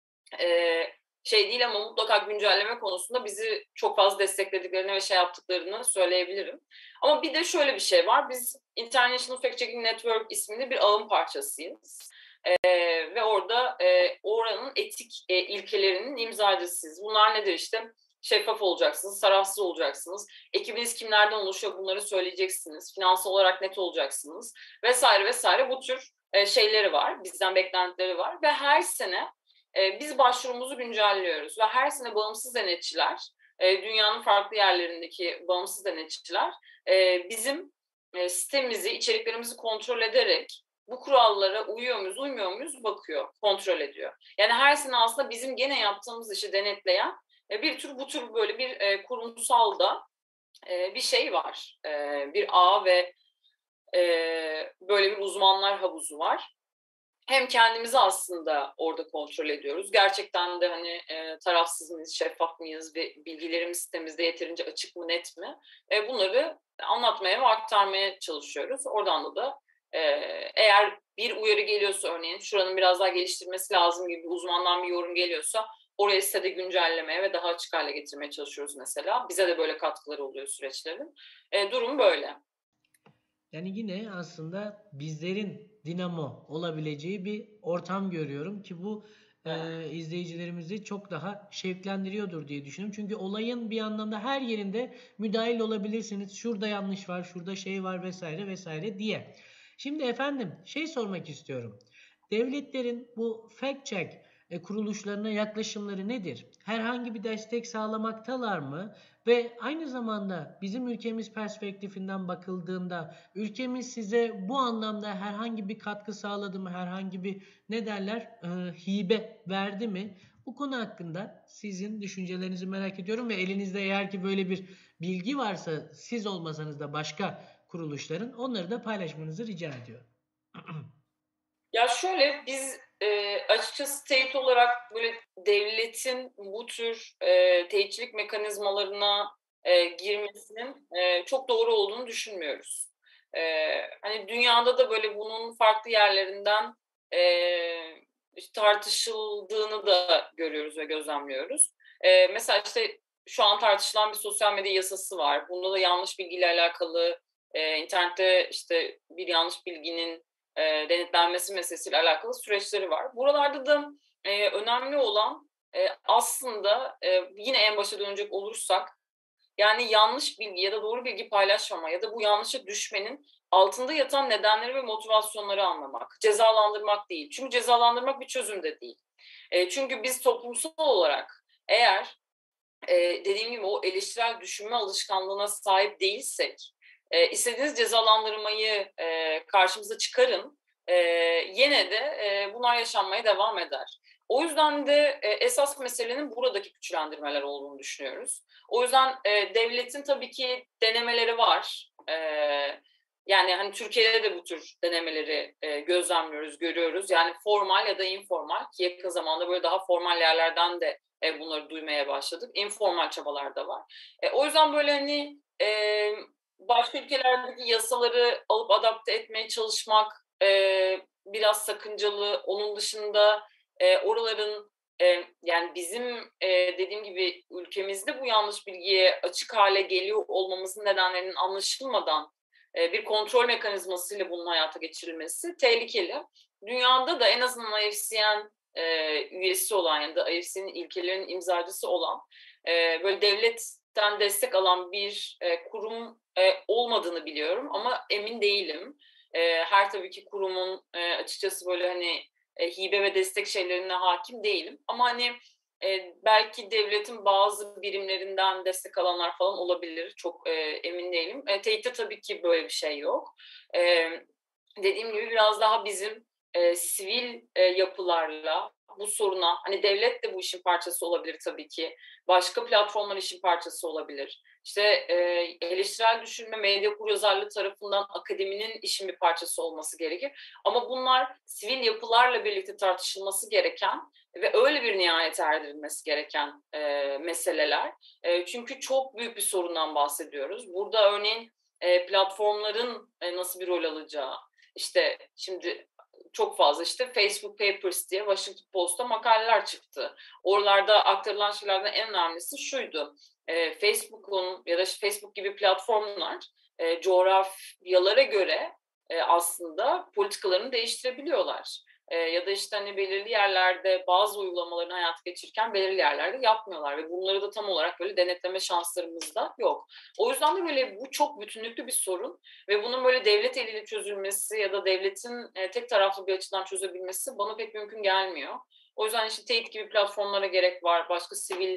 şey değil ama mutlaka güncelleme konusunda bizi çok fazla desteklediklerini ve şey yaptıklarını söyleyebilirim. Ama bir de şöyle bir şey var. Biz International Fact Checking Network isminde bir ağın parçasıyız. Ve orada oranın etik ilkelerinin imzacısıyız. Bunlar nedir işte? Şeffaf olacaksınız, tarafsız olacaksınız. Ekibiniz kimlerden oluşuyor bunları söyleyeceksiniz. Finansal olarak net olacaksınız vesaire vesaire. Bu tür şeyleri var, bizden beklentileri var ve her sene biz başvurumuzu güncelliyoruz ve her sene bağımsız denetçiler, dünyanın farklı yerlerindeki bağımsız denetçiler bizim sitemizi, içeriklerimizi kontrol ederek bu kurallara uyuyor muyuz, uymuyor muyuz bakıyor, kontrol ediyor. Yani her sene aslında bizim gene yaptığımız işi denetleyen bir tür bu tür böyle bir kurumsal da bir şey var. Bir ağ ve böyle bir uzmanlar havuzu var. Hem kendimizi aslında orada kontrol ediyoruz. Gerçekten de hani tarafsız mıyız, şeffaf mıyız ve bilgilerimiz sitemizde yeterince açık mı, net mi? Bunları anlatmaya ve aktarmaya çalışıyoruz. Oradan da eğer bir uyarı geliyorsa örneğin şuranın biraz daha geliştirmesi lazım gibi uzmandan bir yorum geliyorsa orayı sitede güncellemeye ve daha açık hale getirmeye çalışıyoruz mesela. Bize de böyle katkıları oluyor süreçlerin. Durum böyle. Yani yine aslında bizlerin dinamo olabileceği bir ortam görüyorum ki bu izleyicilerimizi çok daha şevklendiriyordur diye düşünüyorum. Çünkü olayın bir anlamda her yerinde müdahil olabilirsiniz. Şurada yanlış var, şurada şey var vesaire vesaire diye. Şimdi efendim şey sormak istiyorum. Devletlerin bu fact check kuruluşlarına yaklaşımları nedir? Herhangi bir destek sağlamaktalar mı? Ve aynı zamanda bizim ülkemiz perspektifinden bakıldığında ülkemiz size bu anlamda herhangi bir katkı sağladı mı? Herhangi bir ne derler hibe verdi mi? Bu konu hakkında sizin düşüncelerinizi merak ediyorum ve elinizde eğer ki böyle bir bilgi varsa siz olmasanız da başka kuruluşların onları da paylaşmanızı rica ediyorum. Ya şöyle biz açıkçası teyit olarak böyle devletin bu tür teyitçilik mekanizmalarına girmesinin çok doğru olduğunu düşünmüyoruz. Hani dünyada da böyle bunun farklı yerlerinden işte tartışıldığını da görüyoruz ve gözlemliyoruz. Mesela işte şu an tartışılan bir sosyal medya yasası var. Bunda da yanlış bilgiyle alakalı internette işte bir yanlış bilginin denetlenmesi meselesiyle alakalı süreçleri var. Buralarda da önemli olan aslında yine en başa dönecek olursak yani yanlış bilgi ya da doğru bilgi paylaşmama ya da bu yanlışa düşmenin altında yatan nedenleri ve motivasyonları anlamak. Cezalandırmak değil. Çünkü cezalandırmak bir çözüm de değil. Çünkü biz toplumsal olarak eğer dediğim gibi o eleştirel düşünme alışkanlığına sahip değilsek istediğiniz cezalandırmayı karşımıza çıkarın yine de bunlar yaşanmaya devam eder. O yüzden de esas meselenin buradaki güçlendirmeler olduğunu düşünüyoruz. O yüzden devletin tabii ki denemeleri var. Yani hani Türkiye'de de bu tür denemeleri gözlemliyoruz, görüyoruz. Yani formal ya da informal ki yakın zamanda böyle daha formal yerlerden de bunları duymaya başladık. Informal çabalar da var. O yüzden böyle hani başka ülkelerdeki yasaları alıp adapte etmeye çalışmak biraz sakıncalı. Onun dışında oraların yani bizim dediğim gibi ülkemizde bu yanlış bilgiye açık hale geliyor olmamızın nedenlerinin anlaşılmadan bir kontrol mekanizmasıyla bunun hayata geçirilmesi tehlikeli. Dünyada da en azından IFCN üyesi olan ya da IFC'nin ilkelerinin imzacısı olan böyle devletten destek alan bir kurum olmadığını biliyorum ama emin değilim. Her tabii ki kurumun açıkçası böyle hani hibe ve destek şeylerine hakim değilim. Ama hani Belki devletin bazı birimlerinden destek alanlar falan olabilir. Çok emin değilim. Teyit'te tabii ki böyle bir şey yok. Dediğim gibi biraz daha bizim sivil yapılarla bu soruna, hani devlet de bu işin parçası olabilir tabii ki. Başka platformlar işin parçası olabilir. İşte eleştirel düşünme, medya okuryazarlığı tarafından akademinin işin bir parçası olması gerekir. Ama bunlar sivil yapılarla birlikte tartışılması gereken ve öyle bir nihayete erdirilmesi gereken meseleler. Çünkü çok büyük bir sorundan bahsediyoruz. Burada örneğin platformların nasıl bir rol alacağı, işte şimdi çok fazla işte Facebook Papers diye Washington Post'ta makaleler çıktı. Oralarda aktarılan şeylerden en önemlisi şuydu. Facebook'un ya da işte Facebook gibi platformlar coğrafyalara göre aslında politikalarını değiştirebiliyorlar. Ya da işte hani belirli yerlerde bazı uygulamalarını hayata geçirirken belirli yerlerde yapmıyorlar ve bunları da tam olarak böyle denetleme şanslarımız da yok. O yüzden de böyle bu çok bütünlüklü bir sorun ve bunun böyle devlet eliyle çözülmesi ya da devletin tek taraflı bir açıdan çözebilmesi bana pek mümkün gelmiyor. O yüzden işte TEİT gibi platformlara gerek var, başka sivil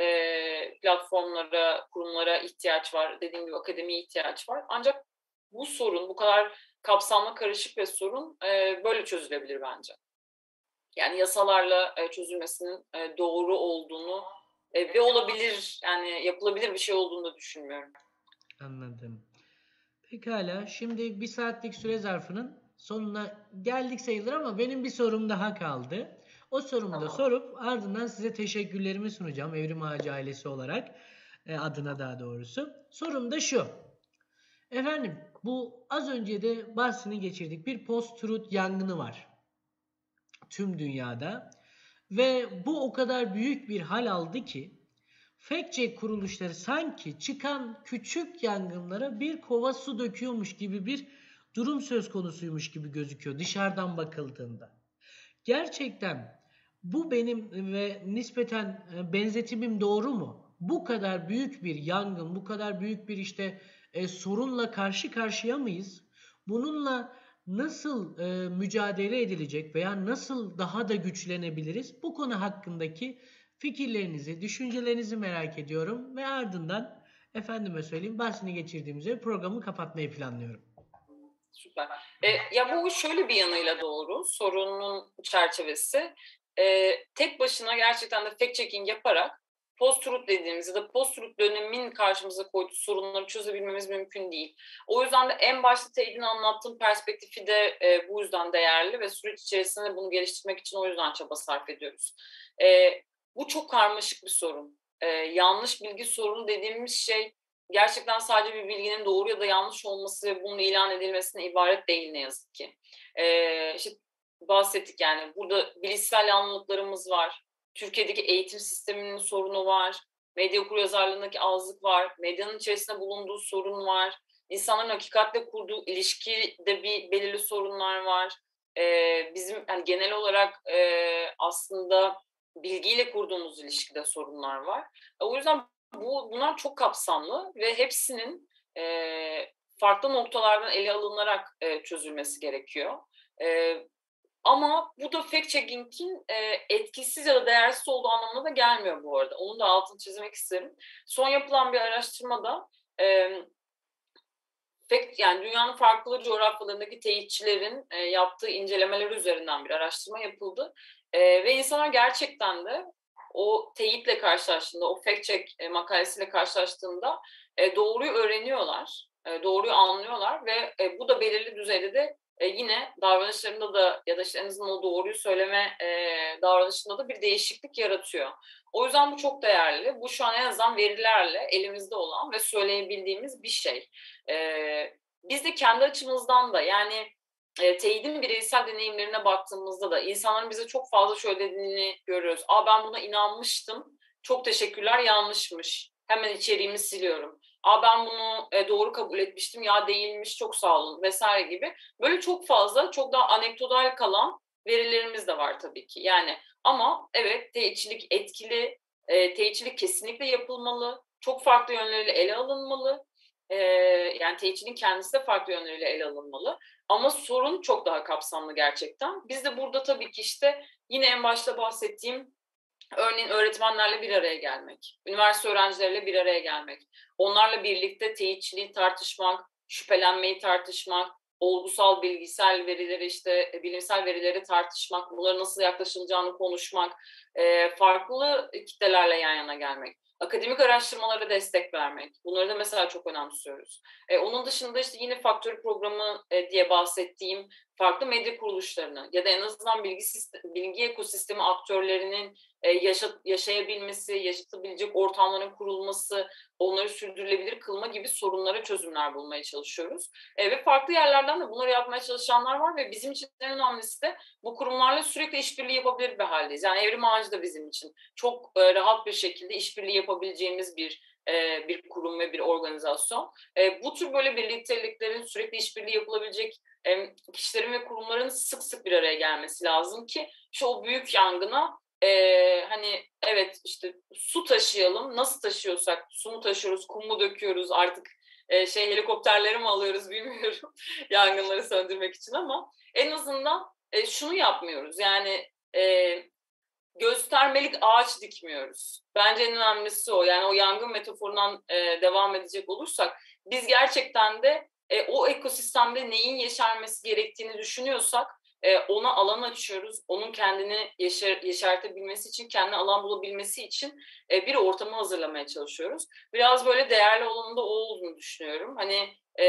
platformlara, kurumlara ihtiyaç var, dediğim gibi akademiye ihtiyaç var. Ancak bu sorun, bu kadar kapsamlı, karışık bir sorun böyle çözülebilir bence. Yani yasalarla çözülmesinin doğru olduğunu ve olabilir, yani yapılabilir bir şey olduğunu da düşünmüyorum. Anladım. Pekala. Şimdi bir saatlik süre zarfının sonuna geldik sayılır ama benim bir sorum daha kaldı. O sorumu da Tamam. sorup ardından size teşekkürlerimi sunacağım Evrim Ağacı ailesi olarak adına daha doğrusu. Sorum da şu. Efendim bu az önce de bahsini geçirdik. Bir post-truth yangını var tüm dünyada ve bu o kadar büyük bir hal aldı ki fact-check kuruluşları sanki çıkan küçük yangınlara bir kova su döküyormuş gibi bir durum söz konusuymuş gibi gözüküyor dışarıdan bakıldığında. Gerçekten bu benim ve nispeten benzetimim doğru mu? Bu kadar büyük bir yangın, bu kadar büyük bir işte sorunla karşı karşıya mıyız? Bununla nasıl mücadele edilecek veya nasıl daha da güçlenebiliriz? Bu konu hakkındaki fikirlerinizi, düşüncelerinizi merak ediyorum ve ardından efendime söyleyeyim bahsini geçirdiğimizde programı kapatmayı planlıyorum. Süper. Ya bu şöyle bir yanıyla doğru, sorunun çerçevesi. Tek başına gerçekten de fact-checking yaparak post-truth dediğimiz ya da post-truth dönemin karşımıza koyduğu sorunları çözebilmemiz mümkün değil. O yüzden de en başta Teyit'in anlattığım perspektifi de bu yüzden değerli ve süreç içerisinde bunu geliştirmek için o yüzden çaba sarf ediyoruz. Bu çok karmaşık bir sorun. Yanlış bilgi sorunu dediğimiz şey gerçekten sadece bir bilginin doğru ya da yanlış olması ve bunun ilan edilmesine ibaret değil ne yazık ki. İşte bahsettik yani burada bilişsel yanlılıklarımız var. Türkiye'deki eğitim sisteminin sorunu var. Medya okuryazarlığındaki azlık var. Medyanın içerisinde bulunduğu sorun var. İnsanların hakikatle kurduğu ilişkide belirli sorunlar var. Bizim yani genel olarak aslında bilgiyle kurduğumuz ilişkide sorunlar var. O yüzden bunlar çok kapsamlı ve hepsinin farklı noktalardan ele alınarak çözülmesi gerekiyor. Ama bu da fact-checking'in etkisiz ya da değersiz olduğu anlamına da gelmiyor bu arada. Onun da altını çizmek isterim. Son yapılan bir araştırmada yani dünyanın farklı coğrafyalarındaki teyitçilerin yaptığı incelemeler üzerinden bir araştırma yapıldı. Ve insanlar gerçekten de o teyitle karşılaştığında, o fact-check makalesiyle karşılaştığında doğruyu öğreniyorlar, doğruyu anlıyorlar ve bu da belirli düzeyde de yine davranışlarında da ya da işte en azından o doğruyu söyleme davranışında da bir değişiklik yaratıyor. O yüzden bu çok değerli. Bu şu an en azından verilerle elimizde olan ve söyleyebildiğimiz bir şey. Biz de kendi açımızdan da yani teyidin bireysel deneyimlerine baktığımızda da insanların bize çok fazla söylediğini görüyoruz. Ben buna inanmıştım. Çok teşekkürler, yanlışmış. Hemen içeriğimi siliyorum. Ben bunu doğru kabul etmiştim. Ya değilmiş, çok sağ olun vesaire gibi. Böyle çok fazla, çok daha anekdotal kalan verilerimiz de var tabii ki. Yani ama evet teyitçilik etkili, teyitçilik kesinlikle yapılmalı. Çok farklı yönleriyle ele alınmalı. Yani teyitçiliğin kendisi de farklı yönleriyle ele alınmalı. Ama sorun çok daha kapsamlı gerçekten. Biz de burada tabii ki işte yine en başta bahsettiğim Örneğin öğretmenlerle bir araya gelmek, üniversite öğrencileriyle bir araya gelmek, onlarla birlikte teyitçiliği tartışmak, şüphelenmeyi tartışmak, olgusal, bilgisel verileri, işte bilimsel verileri tartışmak, bunlara nasıl yaklaşılacağını konuşmak, farklı kitlelerle yan yana gelmek, akademik araştırmalara destek vermek. Bunları da mesela çok önemsiyoruz. Onun dışında işte yine Faktörü programı diye bahsettiğim farklı medya kuruluşlarını ya da en azından bilgi ekosistemi aktörlerinin yaşayabilmesi, yaşatabilecek ortamların kurulması, onları sürdürülebilir kılma gibi sorunlara çözümler bulmaya çalışıyoruz. Ve farklı yerlerden de bunları yapmaya çalışanlar var ve bizim için en önemlisi de bu kurumlarla sürekli işbirliği yapabilir bir haldeyiz. Yani Evrim Ağacı da bizim için çok rahat bir şekilde işbirliği yapabileceğimiz bir kurum ve bir organizasyon. Bu tür böyle birlikteliklerin sürekli işbirliği yapılabilecek kişilerin ve kurumların sık sık bir araya gelmesi lazım ki şu o büyük yangına hani evet işte su taşıyalım, nasıl taşıyorsak su mu taşıyoruz, kum mu döküyoruz artık helikopterleri mi alıyoruz bilmiyorum yangınları söndürmek için ama en azından şunu yapmıyoruz yani göstermelik ağaç dikmiyoruz. Bence en önemlisi o. Yani o yangın metaforundan devam edecek olursak biz gerçekten de o ekosistemde neyin yeşermesi gerektiğini düşünüyorsak ona alan açıyoruz. Onun kendini yeşertebilmesi için, kendine alan bulabilmesi için bir ortamı hazırlamaya çalışıyoruz. Biraz böyle değerli olanı da o olduğunu düşünüyorum. Hani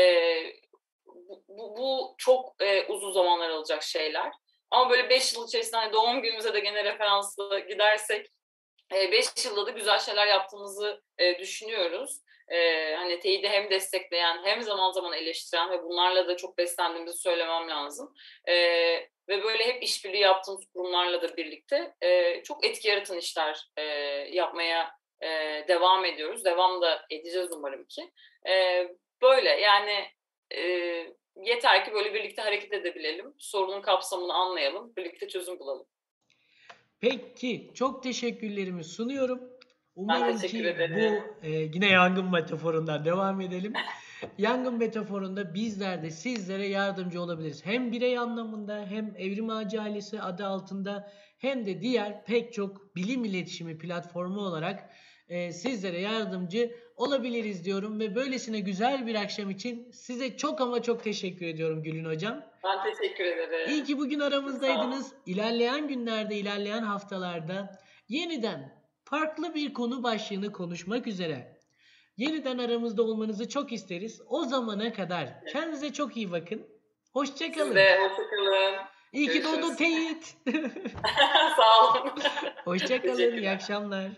bu çok uzun zamanlar alacak şeyler. Ama böyle 5 yıl içerisinde hani doğum günümüze de gene referansla gidersek 5 yılda da güzel şeyler yaptığımızı düşünüyoruz. Hani teyidi hem destekleyen hem zaman zaman eleştiren ve bunlarla da çok beslendiğimizi söylemem lazım. Ve böyle hep işbirliği yaptığımız kurumlarla da birlikte çok etki yaratan işler yapmaya devam ediyoruz. Devam da edeceğiz umarım ki. Böyle yani yeter ki böyle birlikte hareket edebilelim. Sorunun kapsamını anlayalım. Birlikte çözüm bulalım. Peki, çok teşekkürlerimi sunuyorum. Ben Umarım teşekkür ki ederim. bu yine yangın metaforundan devam edelim. Yangın metaforunda bizler de sizlere yardımcı olabiliriz. Hem birey anlamında hem Evrim Ağacı ailesi adı altında hem de diğer pek çok bilim iletişimi platformu olarak sizlere yardımcı olabiliriz diyorum. Ve böylesine güzel bir akşam için size çok ama çok teşekkür ediyorum Gülün Hocam. Ben teşekkür ederim. İyi ki bugün aramızdaydınız. İlerleyen günlerde, ilerleyen haftalarda yeniden farklı bir konu başlığını konuşmak üzere yeniden aramızda olmanızı çok isteriz. O zamana kadar kendinize çok iyi bakın. Hoşça kalın. Siz de hoşçakalın. İyi ki doğdun Teyit. Sağ olun. Hoşça kalın. İyi akşamlar.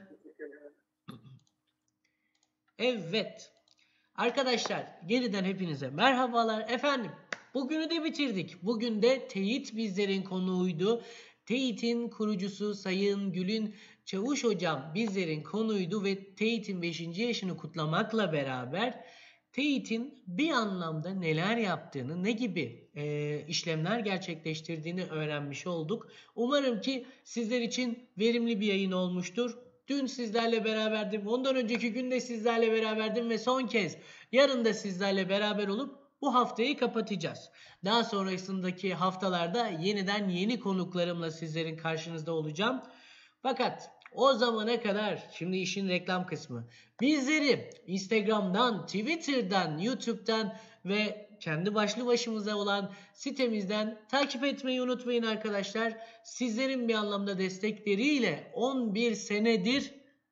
Evet. Arkadaşlar yeniden hepinize merhabalar. Efendim bugünü de bitirdik. Bugün de Teyit bizlerin konuğuydu. Teyit'in kurucusu Sayın Gülün Çavuş Hocam bizlerin konuydu ve Teyit'in 5. yaşını kutlamakla beraber Teyit'in bir anlamda neler yaptığını, ne gibi işlemler gerçekleştirdiğini öğrenmiş olduk. Umarım ki sizler için verimli bir yayın olmuştur. Dün sizlerle beraberdim, ondan önceki gün de sizlerle beraberdim ve son kez yarın da sizlerle beraber olup bu haftayı kapatacağız. Daha sonrasındaki haftalarda yeniden yeni konuklarımla sizlerin karşınızda olacağım. Fakat o zamana kadar şimdi işin reklam kısmı. Bizleri Instagram'dan, Twitter'dan, YouTube'dan ve kendi başlı başımıza olan sitemizden takip etmeyi unutmayın arkadaşlar. Sizlerin bir anlamda destekleriyle 11 senedir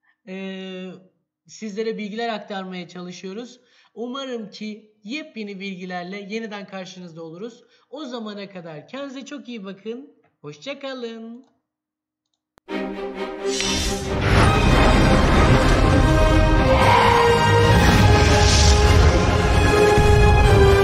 sizlere bilgiler aktarmaya çalışıyoruz. Umarım ki yepyeni bilgilerle yeniden karşınızda oluruz. O zamana kadar kendinize çok iyi bakın. Hoşça kalın.